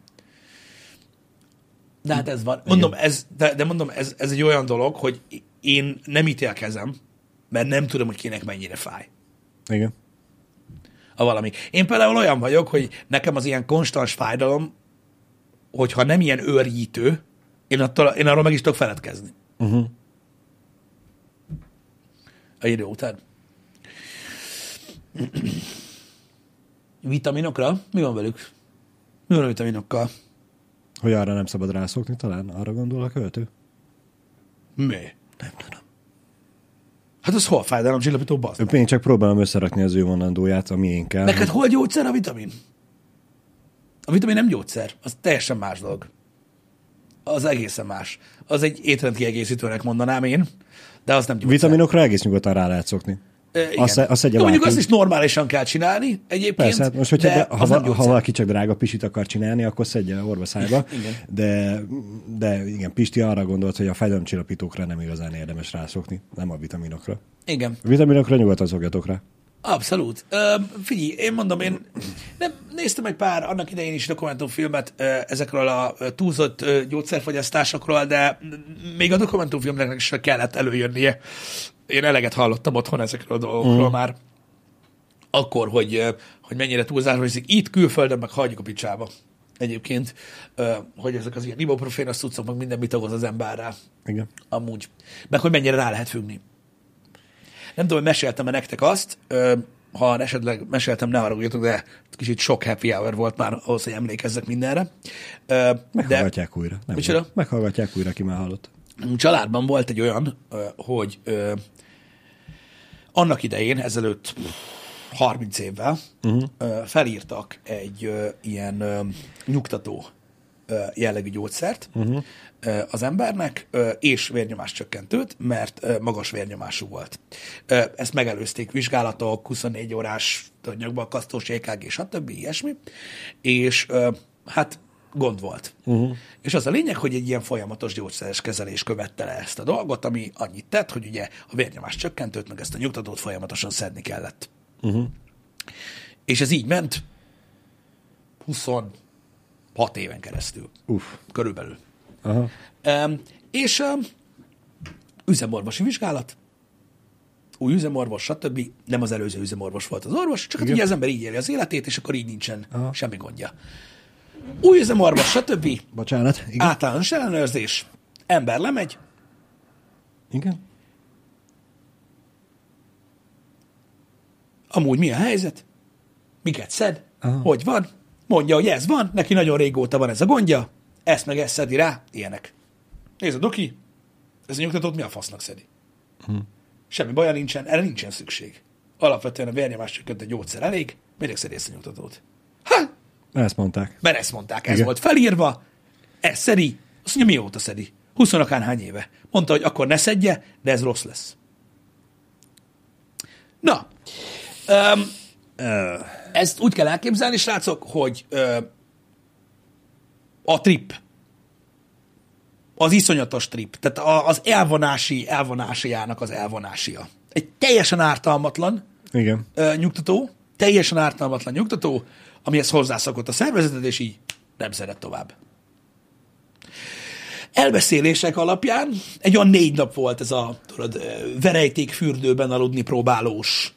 De hát ez van. Mondom, ez, de, de mondom, ez, ez egy olyan dolog, hogy én nem ítélkezem, mert nem tudom, hogy kinek mennyire fáj. Igen. A valami. Én például olyan vagyok, hogy nekem az ilyen konstans fájdalom, hogyha nem ilyen őrjítő, én, attól, én arról meg is tudok feledkezni. Uh-huh. A idő után. Vitaminokra? Mi van velük? Mi van a vitaminokkal? Hogy arra nem szabad rászokni talán? Arra gondol a költő? Mi? Nem tudom. Hát az hol fájdalomcsillapító bazd? Én csak próbálom összerakni az ő mondandóját a miénkkel. Neked hol gyógyszer a vitamin? A vitamin nem gyógyszer. Az teljesen más dolog. Az egészen más. Az egy étrendkiegészítőnek mondanám én, de az nem gyógyszer. Vitaminokra egész nyugodtan rá lehet szokni. E, azt, azt Jó, mondjuk azt is normálisan kell csinálni egyébként. Persze, hát most, hogyha de de, ha, ha valaki csak drága pisit akar csinálni, akkor szedje orva szájba. de, de igen, Pisti arra gondolt, hogy a fájdalomcsillapítókra nem igazán érdemes rászokni, nem a vitaminokra. Igen. A vitaminokra nyugodtan szokjatok rá. Abszolút. Uh, figyelj, én mondom, én nem, néztem egy pár annak idején is dokumentumfilmet uh, ezekről a uh, túlzott uh, gyógyszerfogyasztásokról, de még a dokumentumfilmnek is kellett előjönnie. Én eleget hallottam otthon ezekről a dolgokról mm. már. Akkor, hogy, uh, hogy mennyire túlzás, hogy itt külföldön meg hagyjuk a picsába. egyébként, ö, hogy ezek az ilyen ibuprofén, azt tudszok, meg minden mit okoz az emberrel. Igen. Amúgy. Meg hogy mennyire rá lehet függni. Nem tudom, hogy meséltem-e nektek azt, ö, ha esetleg meséltem, ne haragudjatok, de kicsit sok happy hour volt már ahhoz, hogy emlékezzek mindenre. Ö, Meghallgatják de... újra. Nem Micsoda? volt. Meghallgatják újra, ki már hallott. Családban volt egy olyan, ö, hogy ö, annak idején, ezelőtt harminc évvel uh-huh. ö, felírtak egy ö, ilyen ö, nyugtató ö, jellegű gyógyszert uh-huh. ö, az embernek, ö, és vérnyomáscsökkentőt, mert ö, magas vérnyomású volt. Ö, ezt megelőzték vizsgálatok, huszonnégy órás nyakbalkasztós, é ká gé, stb. Ilyesmi, és ö, hát gond volt. Uh-huh. És az a lényeg, hogy egy ilyen folyamatos gyógyszeres kezelés követte le ezt a dolgot, ami annyit tett, hogy ugye a vérnyomás csökkentőt, meg ezt a nyugtatót folyamatosan szedni kellett. Uh-huh. És ez így ment huszonhat éven keresztül. Uff. Körülbelül. Aha. Um, és um, üzemorvosi vizsgálat, új üzemorvos, stb. Nem az előző üzemorvos volt az orvos, csak hát ugye az ember így éli az életét, és akkor így nincsen Aha. semmi gondja. Új üzemorvos, stb. Bocsánat. Igen. Általános ellenőrzés. Ember lemegy. Igen. Amúgy mi a helyzet? Miket szed? Aha. Hogy van? Mondja, hogy ez van. Neki nagyon régóta van ez a gondja. Ezt meg ezt szedi rá. Ilyenek. Nézd, doki. Ez a nyugtatót mi a fasznak szedi? Hm. Semmi baja nincsen. Erre nincsen szükség. Alapvetően a vérnyomás csökkentő gyógyszer elég. Miért szedi ezt a nyugtatót? Ha! Mert ezt mondták. Mert ezt mondták, ez Igen. volt felírva, ez szedi, azt mondja, mióta szedi? Huszonakárhány éve. Mondta, hogy akkor ne szedje, de ez rossz lesz. Na, um, uh, ezt úgy kell elképzelni, srácok, hogy uh, a trip, az iszonyatos trip, tehát a, az elvonási, elvonásiának az elvonásia. Egy teljesen ártalmatlan Igen. uh, nyugtató, teljesen ártalmatlan nyugtató, amihez hozzászokott a szervezeted, és így nem szeret tovább. Elbeszélések alapján egy olyan négy nap volt ez a tudod, verejtékfürdőben aludni próbálós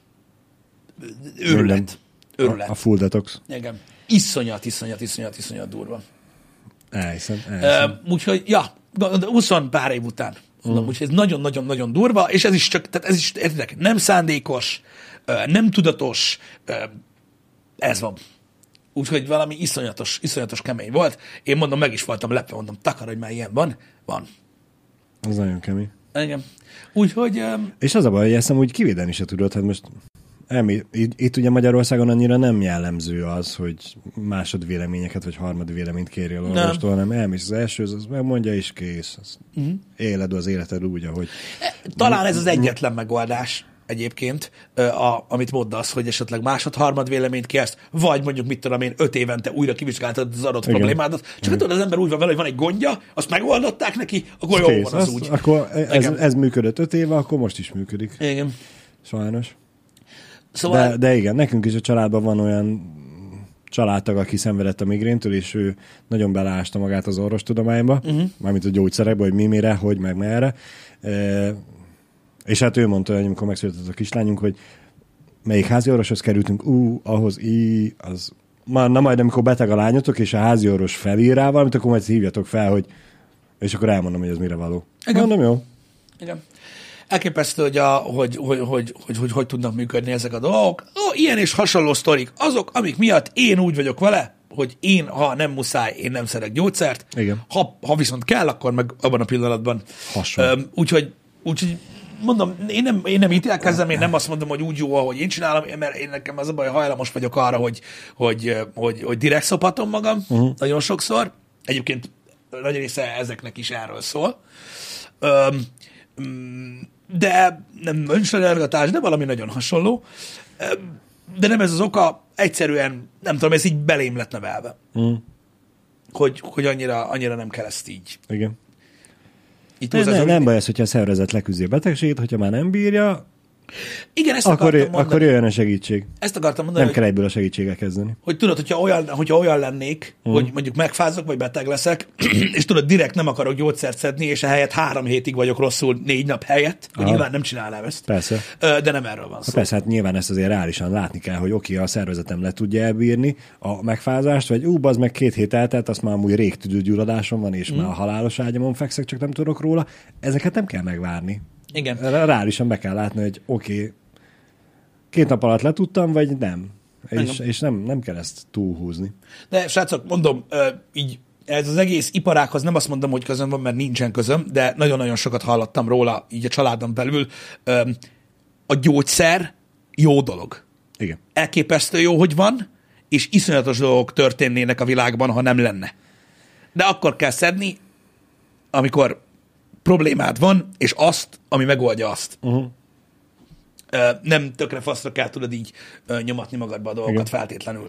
őrület. őrület. A, a full detox. Igen. Iszonyat, iszonyat, iszonyat, iszonyat durva. Elhiszem, elhiszem. Uh, úgyhogy, ja, húsz pár év után. Mondom, mm. úgyhogy ez nagyon-nagyon-nagyon durva, és ez is csak, tehát ez is, értitek, nem szándékos, nem tudatos, ez van. Úgyhogy valami iszonyatos, iszonyatos kemény volt. Én mondom, meg is voltam lepve, mondom, takar, hogy már ilyen van. Van. Az nagyon kemény. Igen. Úgyhogy... Um... És az a baj, hogy ezt úgy kivédeni se tudod, hát most elmi, itt, itt ugye Magyarországon annyira nem jellemző az, hogy másodvéleményeket vagy harmadvéleményt kérjél orvostól, hanem elmész az elsőhöz, az megmondja, és kész. Az uh-huh. Éled az életed úgy, ahogy... Talán ez az egyetlen megoldás egyébként, a, amit mondasz, hogy esetleg másod-harmad véleményt kérsz, vagy mondjuk, mit tudom én, öt évente újra kivizsgáltad az adott Igen. problémádat. Csak hát tudod, az ember úgy van vele, hogy van egy gondja, azt megoldották neki, akkor jó van az, az úgy. Akkor ez, ez működött öt éve, akkor most is működik. Igen. Sajnos. Szóval... De, de igen, nekünk is a családban van olyan családtag, aki szenvedett a migréntől, és ő nagyon beleásta magát az orvostudományba, uh-huh. mármint a gyógyszerekbe, hogy mi mire, hogy meg merre. E- És hát ő mondta, hogy amikor megszületett a kislányunk, hogy melyik házi orvoshoz kerültünk, ú, ahhoz, í, az... Ma, na majd, amikor beteg a lányotok, és a házi orvos felír rá valamit, akkor majd hívjatok fel, hogy... És akkor elmondom, hogy ez mire való. Igen. Mondom, jó. Igen. Elképesztő, hogy, a, hogy, hogy, hogy, hogy, hogy hogy tudnak működni ezek a dolgok. Ó, ilyen és hasonló sztorik. Azok, amik miatt én úgy vagyok vele, hogy én, ha nem muszáj, én nem szedek gyógyszert. Igen. Ha, ha viszont kell, akkor meg abban a pillanatban. Hasonló. Úgyhogy, úgyhogy mondom, én nem, én nem ítélkezzem, én nem azt mondom, hogy úgy jó, ahogy én csinálom, mert én nekem az a baj, hajlamos vagyok arra, hogy, hogy, hogy, hogy direkt szopatom magam uh-huh. nagyon sokszor. Egyébként nagy része ezeknek is erről szól. De nem önfelelgatás, de valami nagyon hasonló. De nem ez az oka, egyszerűen, nem tudom, ez így belém lett nevelve. Uh-huh. Hogy, hogy annyira, annyira nem kell ezt így. Igen. Ne, ne, nem baj ez, hogyha a szervezet leküzdi a betegséget, hogyha már nem bírja, Igen, ezt Akkor, akartam jö, mondani. akkor jöjjön a segítség. Ezt akartam mondani, Nem hogy, kell egyből a segítséggel kezdeni. hogy tudod, hogyha olyan, hogyha olyan lennék, mm. hogy mondjuk megfázok, vagy beteg leszek, és tudod, direkt nem akarok gyógyszert szedni, és ehelyett három hétig vagyok rosszul négy nap helyett, hogy nyilván nem csinálnám ezt. Persze. De nem erről van szó. Persze, hát nyilván ezt azért reálisan látni kell, hogy oké, a szervezetem le tudja elbírni a megfázást, vagy ú, az meg két hét eltelt, azt már amúgy rég tüdőgyulladásom van, és mm. már a halálos ágyamon fekszek, csak nem tudok róla. Ezeket nem kell megvárni. Igen. Reálisan be kell látni, hogy oké, két nap alatt letudtam, vagy nem. És, és nem, nem kell ezt túlhúzni. De srácok, mondom, így ez az egész iparághoz nem azt mondom, hogy közöm van, mert nincsen közöm, de nagyon-nagyon sokat hallottam róla, így a családon belül. A gyógyszer jó dolog. Igen. Elképesztő jó, hogy van, és iszonyatos dolgok történnének a világban, ha nem lenne. De akkor kell szedni, amikor problémád van, és azt, ami megoldja azt. Uh-huh. Nem tökre faszra kell tudod így nyomatni magadba a dolgokat. Igen. Feltétlenül.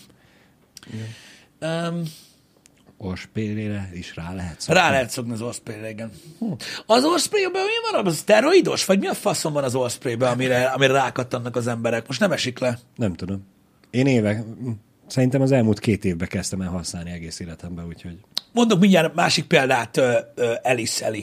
um, Orspélére is rá lehet szokni. Rá lehet szokni az orspélére, igen. Hm. Az orsprébe mi van? Az szteroidos? Vagy mi a faszom van az orsprébe, amire, amire rákattannak az emberek? Most nem esik le. Nem tudom. Én évek, szerintem az elmúlt két évben kezdtem el használni egész életemben, úgyhogy... Mondok mindjárt másik példát, uh, uh, Alice Eli.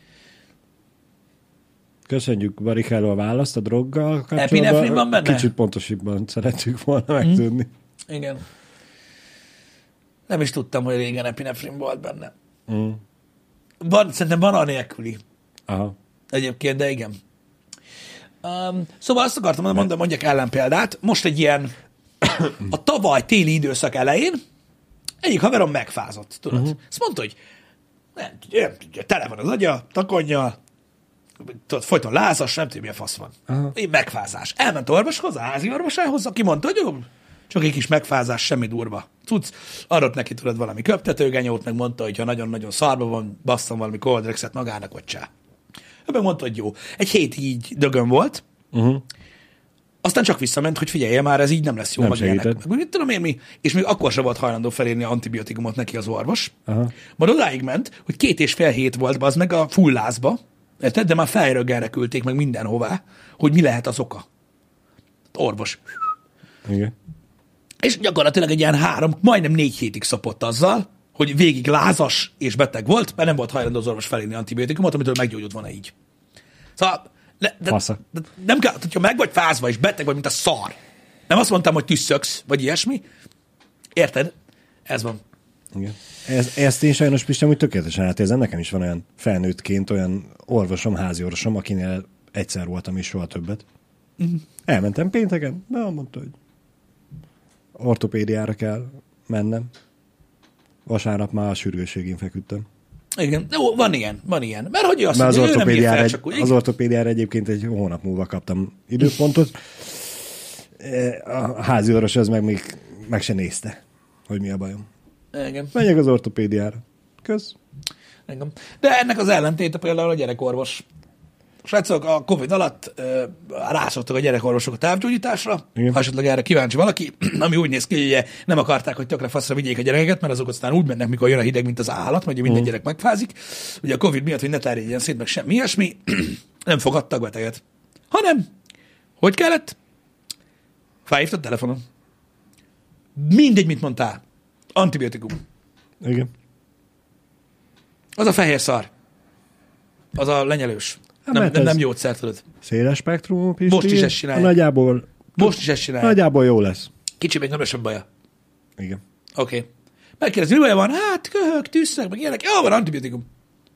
Köszönjük Barikáló a választ a droggal kapcsolatban. Epinefrin van benne? Kicsit pontosabban szeretjük volna hmm. megtudni. Igen. Nem is tudtam, hogy régen epinefrin volt benne. Mm. Van, szerintem van a nélküli. Aha. Egyébként, de igen. Um, szóval azt akartam mondani, mondjak ellenpéldát. Most egy ilyen a tavaly téli időszak elején egyik haverom megfázott, tudod. Uh-huh. Azt mondta, hogy nem tudja, nem tudja, tele van az agya, takonnyal, tudod, folyton lázas, nem tudja, milyen fasz van. Uh-huh. Én megfázás. Elment orvoshoz, a házi orvosához, aki mondta, hogy jó, csak egy kis megfázás, semmi durva. Cucc, adott neki, tudod, valami köptetőgenyót, meg mondta, hogy ha nagyon-nagyon szarba van, basszam valami koldrexet magának, vagy csá. Ő meg mondta, hogy jó. Egy hétig így dögön volt, uh-huh. Aztán csak visszament, hogy figyelje már, ez így nem lesz jó, nem meg ilyenek. Mit tudom én mi? És még akkor sem volt hajlandó felírni antibiotikumot neki az orvos. Uh-huh. Majd odáig ment, hogy két és fél hét volt az meg a fullázba, de már fejröggelre küldték meg mindenhová, hogy mi lehet az oka. Orvos. Igen. És gyakorlatilag egy ilyen három, majdnem négy hétig szopott azzal, hogy végig lázas és beteg volt, mert nem volt hajlandó az orvos felírni antibiotikumot, amitől meggyógyult volna így. Szóval de, de, de nem kell, hogyha meg vagy fázva és beteg vagy, mint a szar. Nem azt mondtam, hogy tüsszöksz, vagy ilyesmi. Érted? Ez van. Igen. Ez, ezt én sajnos Pistem úgy tökéletesen átérzem. Nekem is van olyan felnőttként olyan orvosom, házi orvosom, akinél egyszer voltam és soha többet. Mm. Elmentem pénteken, de mondta, hogy ortopédiára kell mennem. Vasárnap már a sürgősségén feküdtem. Igen, jó, van ilyen, van ilyen. Mert hogy azt mondja, az ortopédiára, fel, egy, csak úgy, az ortopédiára egyébként egy hónap múlva kaptam időpontot. A házi orvos az meg még meg se nézte, hogy mi a bajom. Igen. Menjek az ortopédiára. Kösz. Igen. De ennek az ellentéte például a gyerekorvos. Srácok, a Covid alatt uh, rászoktak a gyerekorvosok a távgyógyításra, ha esetleg erre kíváncsi valaki, ami úgy néz ki, hogy ugye nem akarták, hogy tökre faszra vigyék a gyerekeket, mert azok aztán úgy mennek, mikor jön a hideg, mint az állat, mert minden uh. gyerek megfázik. Ugye a Covid miatt, hogy ne terjedjen szét, meg semmi ilyesmi, nem fogadtak beteget. Hanem, hogy kellett? Felhívtad telefonon. Mindegy, mit mondtál. Antibiotikum. Igen. Az a fehér szar. Az a lenyelős. Hát nem, nem, nem gyógyszer, tudod. Széles spektrumú Pisti. Most is ezt csinálja. Nagyjából, Most is ezt csinálja. Nagyjából jó lesz. Kicsi még nem lesz baja. Igen. Oké. Okay. Megkérdezi, mi baja van? Hát, köhög, tüsszök, meg ilyenek. Jó, van antibiotikum.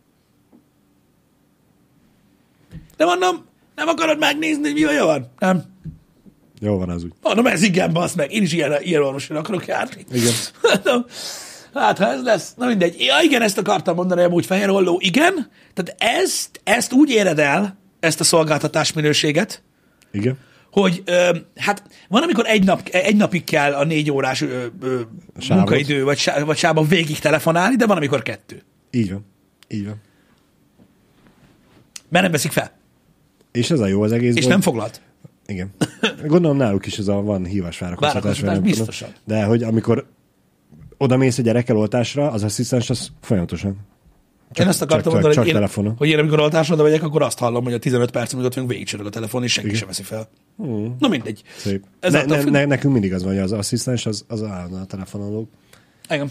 De mondom, nem akarod megnézni, hogy mi baja van? Nem. Jó van az úgy. Mondom, ez igen, bassz meg. Én is ilyen, ilyen orvosra akarok járni. Igen. Hát, ha ez lesz, na mindegy. Ja, igen, ezt akartam mondani, amúgy fehér olló, igen. Tehát ezt, ezt úgy éred el, ezt a szolgáltatás minőséget, igen. Hogy ö, hát van, amikor egy, nap, egy napig kell a négy órás ö, ö, munkaidő, vagy, sá, vagy sában végig telefonálni, de van, amikor kettő. Így van. Így van. Mert nem veszik fel. És ez a jó az egészben. És nem foglalt. Igen. Gondolom náluk is ez a van hívás várakoztatás. Várakoztatás biztosan. De hogy amikor oda mész a gyerekkel oltásra, az asszisztens az folyamatosan Csak, én azt akartam csak, mondani, csak hogy, telefonon. én, hogy én amikor altársonda megyek, akkor azt hallom, hogy a tizenöt perc, amikor ott vagyunk, végigcsörög a telefon, és senki sem veszi fel. Hmm. Na mindegy. Szép. Ez ne, ne, ne, nekünk mindig az van, hogy az asszisztens az, az állandóan a telefonon lóg. Igen.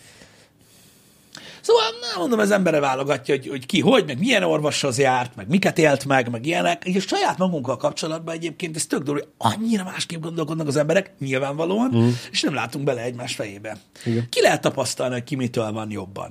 Szóval nem mondom, az embere válogatja, hogy, hogy ki, hogy, meg milyen orvoshoz járt, meg miket élt meg, meg ilyenek. És saját magunkkal kapcsolatban egyébként ez tök dolog, hogy annyira másképp gondolkodnak az emberek, nyilvánvalóan, mm. és nem látunk bele egymás fejébe. Igen. Ki lehet tapasztalni, hogy ki mitől van jobban.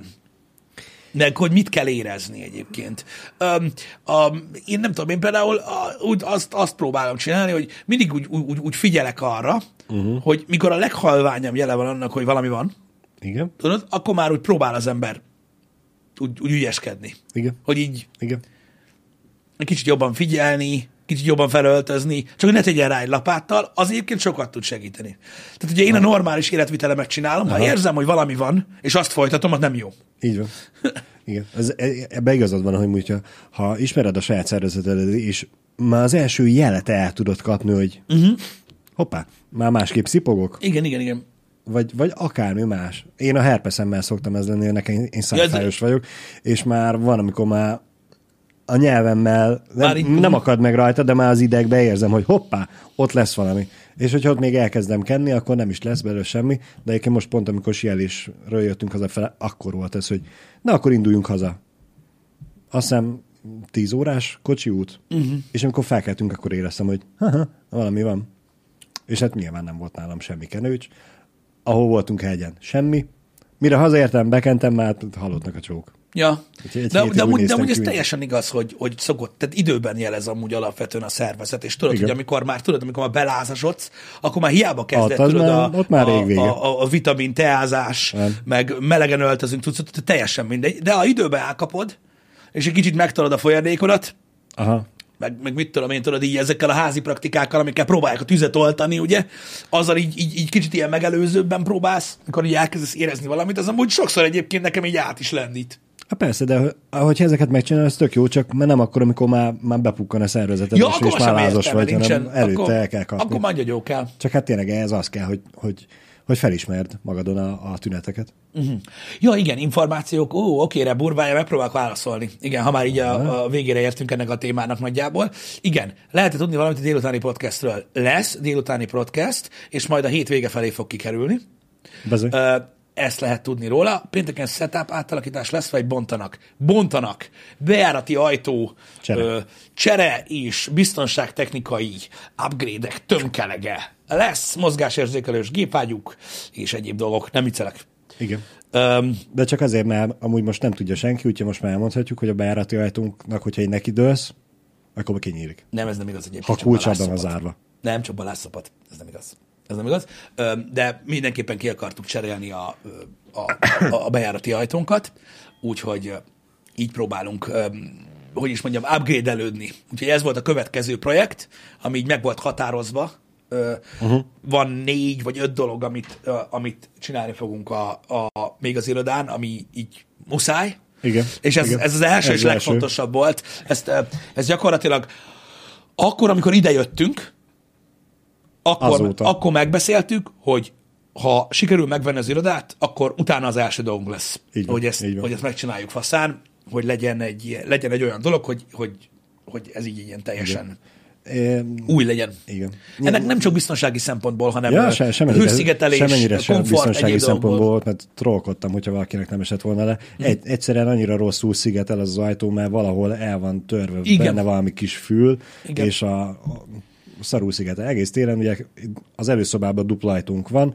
Meg hogy mit kell érezni egyébként. Um, um, én nem tudom, én például uh, úgy azt, azt próbálom csinálni, hogy mindig úgy, úgy, úgy figyelek arra, uh-huh. hogy mikor a leghalványabb jele van annak, hogy valami van, igen. Tudod, akkor már úgy próbál az ember úgy, úgy ügyeskedni. Igen. Hogy így igen. egy kicsit jobban figyelni, kicsit jobban felöltözni, csak hogy ne tegyen rá egy lapáttal, az egyébként sokat tud segíteni. Tehát ugye én a normális életvitelemet csinálom, aha. Ha érzem, hogy valami van, és azt folytatom, az nem jó. Így van. Igen. Ez, ebben igazad van, hogy mondja, ha ismered a saját szervezetedet, és már az első jelet el tudod kapni, hogy uh-huh. hoppá, már másképp szipogok. Igen, igen, igen. Vagy, vagy akármi más. Én a herpeszemmel szoktam ez lenni, nekem én szájfájos vagyok, és már van, amikor már a nyelvemmel nem, nem akad meg rajta, de már az idegbe érzem, hogy hoppá, ott lesz valami. És hogyha ott még elkezdem kenni, akkor nem is lesz belőle semmi, de egyébként most pont, amikor sielésről jöttünk hazafele, akkor volt ez, hogy na, akkor induljunk haza. Azt hiszem tíz órás kocsi út, uh-huh. és amikor felkeltünk, akkor éreztem, hogy haha, valami van. És hát nyilván nem volt nálam semmi kenőcs. Ahol voltunk hegyen, semmi. Mire hazaértem, bekentem, már halottnak a csók. Ja, de, de, amúgy, de amúgy ez teljesen igaz, hogy, hogy szokott, tehát időben jelez amúgy alapvetően a szervezet, és tudod, igen. hogy amikor már, tudod, amikor már belázasodsz, akkor már hiába kezdett, tudod, már, a, ott már a, a, a, a vitamin teázás, nem. meg melegen öltözünk, tudsz, teljesen mindegy, de ha időben elkapod, és egy kicsit megtalad a folyadékodat, aha. Meg, meg mit tudom én, tudod, így ezekkel a házi praktikákkal, amikkel próbálják a tüzet oltani, ugye, azzal így, így, így kicsit ilyen megelőzőbben próbálsz, amikor így elkezdesz érezni valamit, az amúgy sokszor egyébként nekem így át is lendít. Hát persze, de ahogy ezeket megcsinálod, ez tök jó, csak mert nem akkor, amikor már, már bepukkan a szervezeted, ja, és, és már lázas vagy, nincsen, hanem előtte akkor, el kell kapni. Akkor magyar kell. Csak hát tényleg ez az kell, hogy, hogy, hogy felismerd magadon a, a tüneteket. Uh-huh. Ja, igen, információk, ó, oké, burvája, megpróbálok válaszolni. Igen, ha már így a, a végére értünk ennek a témának nagyjából. Igen, lehet tudni valamit a délutáni podcastről. Lesz délutáni podcast, és majd a hét vége felé fog kikerülni. Bezony. Uh, Ezt lehet tudni róla. Pénteken setup átalakítás lesz, vagy bontanak. Bontanak. Bejárati ajtó, csere, ö, csere és biztonságtechnikai upgrade-ek tömkelege. Lesz mozgásérzékelős gépágyuk és egyéb dolgok. Nem viccelek. Igen. Um, De csak azért, mert amúgy most nem tudja senki, úgyhogy most már elmondhatjuk, hogy a bejárati ajtónknak, hogyha egy neki dőlsz, akkor kinyílik. Nem, ez nem igaz egyébként. Ha kulcsában van zárva. Nem, csak balásszopat. Ez nem igaz. Ez nem igaz, de mindenképpen ki akartuk cserélni a, a, a bejárati ajtónkat, úgyhogy így próbálunk, hogy is mondjam, upgrade-elődni. Úgyhogy ez volt a következő projekt, ami így meg volt határozva. Uh-huh. Van négy vagy öt dolog, amit, amit csinálni fogunk a, a, még az irodán, ami így muszáj. Igen. És ez, igen. ez az első ez és legfontosabb első. volt. Ezt, ez gyakorlatilag akkor, amikor idejöttünk, Akkor, akkor megbeszéltük, hogy ha sikerül megvenni az irodát, akkor utána az első dolgunk lesz, így van, hogy, ezt, hogy ezt megcsináljuk faszán, hogy legyen egy, legyen egy olyan dolog, hogy, hogy, hogy ez így ilyen teljesen igen. új legyen. Igen. Ennek nem csak biztonsági szempontból, hanem ja, se, hőszigetelés, komfort, sem biztonsági szempontból volt, mert trollkodtam, hogyha valakinek nem esett volna le. Hmm. Egy, egyszerűen annyira rosszul szigetel az, az ajtó, mert valahol el van törve igen. benne valami kis fül, igen. és a, a szarul szigetel. Egész télen, ugye az előszobában dupla ajtónk van,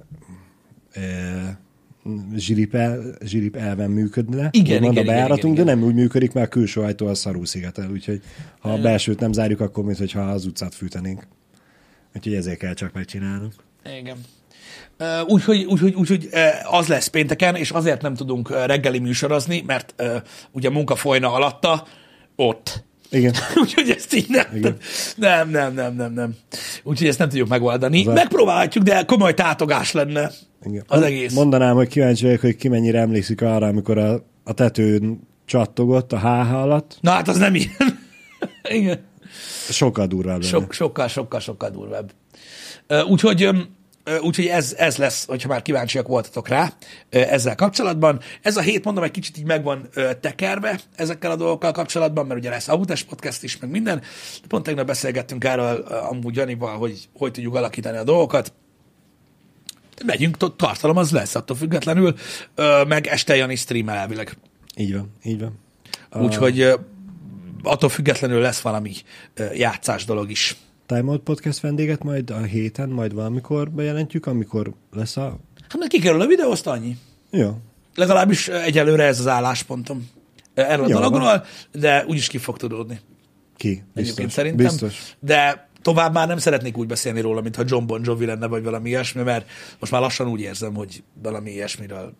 e, zsilip, el, zsilip elven működne, igen, igen, a bejáratunk, igen, de nem úgy működik, mert a külső ajtó az szarul szigetel, úgyhogy ha a belsőt nem zárjuk, akkor mint hogyha az utcát fűtenénk. Úgyhogy ezért kell csak megcsinálnunk. Igen. Úgyhogy úgy, úgy, úgy, úgy, az lesz pénteken, és azért nem tudunk reggeli műsorozni, mert uh, ugye munka folyna alatta, ott. Igen. Úgyhogy ezt így nem, Igen. nem, nem, nem, nem, nem. Úgyhogy ezt nem tudjuk megoldani. Az Megpróbálhatjuk, de komoly tátogás lenne Igen. az egész. Mondanám, hogy kíváncsi vagyok, hogy ki mennyire emlékszik arra, amikor a, a tetőn csattogott a há há alatt. Na hát az nem ilyen. Igen. Sokkal durvább. Sok, sokkal, sokkal, sokkal durvább. Úgyhogy úgyhogy ez, ez lesz, hogyha már kíváncsiak voltatok rá ezzel kapcsolatban. Ez a hét, mondom, egy kicsit így meg van tekerve ezekkel a dolgokkal kapcsolatban, mert ugye lesz Autás podcast is, meg minden. Pont tegnap beszélgettünk erről amúgy Janival, hogy hogy tudjuk alakítani a dolgokat. Megyünk, tartalom az lesz, attól függetlenül, meg este Jani streamel elvileg. Így van, így van. Úgyhogy attól függetlenül lesz valami játszás dolog is. Time Out Podcast vendéget majd a héten, majd valamikor bejelentjük, amikor lesz a... Hát meg kikerül a videó, azt annyi. Jó. Legalábbis egyelőre ez az álláspontom erről a Jó, dologról, van. de úgyis ki fog tudódni. Ki? Egyébként szerintem. Biztos. De tovább már nem szeretnék úgy beszélni róla, mintha John Bon Jovi lenne, vagy valami ilyesmi, mert most már lassan úgy érzem, hogy valami ilyesmiről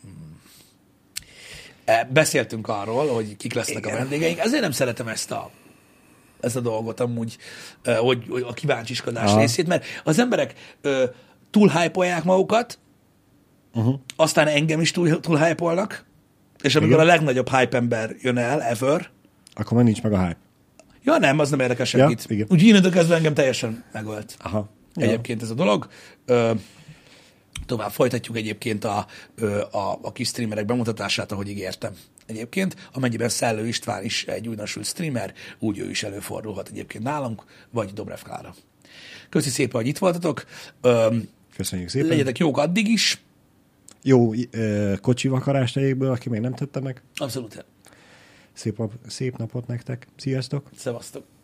beszéltünk arról, hogy kik lesznek Igen. a vendégeink. Ezért nem szeretem ezt a, ezt a dolgot amúgy, hogy, hogy a kíváncsiskodás Aha. részét, mert az emberek túl hype-olják magukat, uh-huh. aztán engem is túl, túl hype-olnak, és amikor Igen. a legnagyobb hype ember jön el, ever, akkor már nincs meg a hype. Ja nem, az nem érdekel senkit. Ja, Úgyhogy innentől kezdve engem teljesen megölt. Aha. Egyébként ez a dolog. Ö, tovább folytatjuk egyébként a, a, a kis streamerek bemutatását, ahogy ígértem. Egyébként, amennyiben Szellő István is egy újdonsült streamer, úgy ő is előfordulhat egyébként nálunk, vagy Dobrev Klára. Köszi szépen, hogy itt voltatok. Ö, Köszönjük szépen. Legyetek jók addig is. Jó ö, kocsi vakarást egyéből, aki még nem tette meg. Abszolút. Szép, szép napot nektek. Sziasztok. Szevasztok.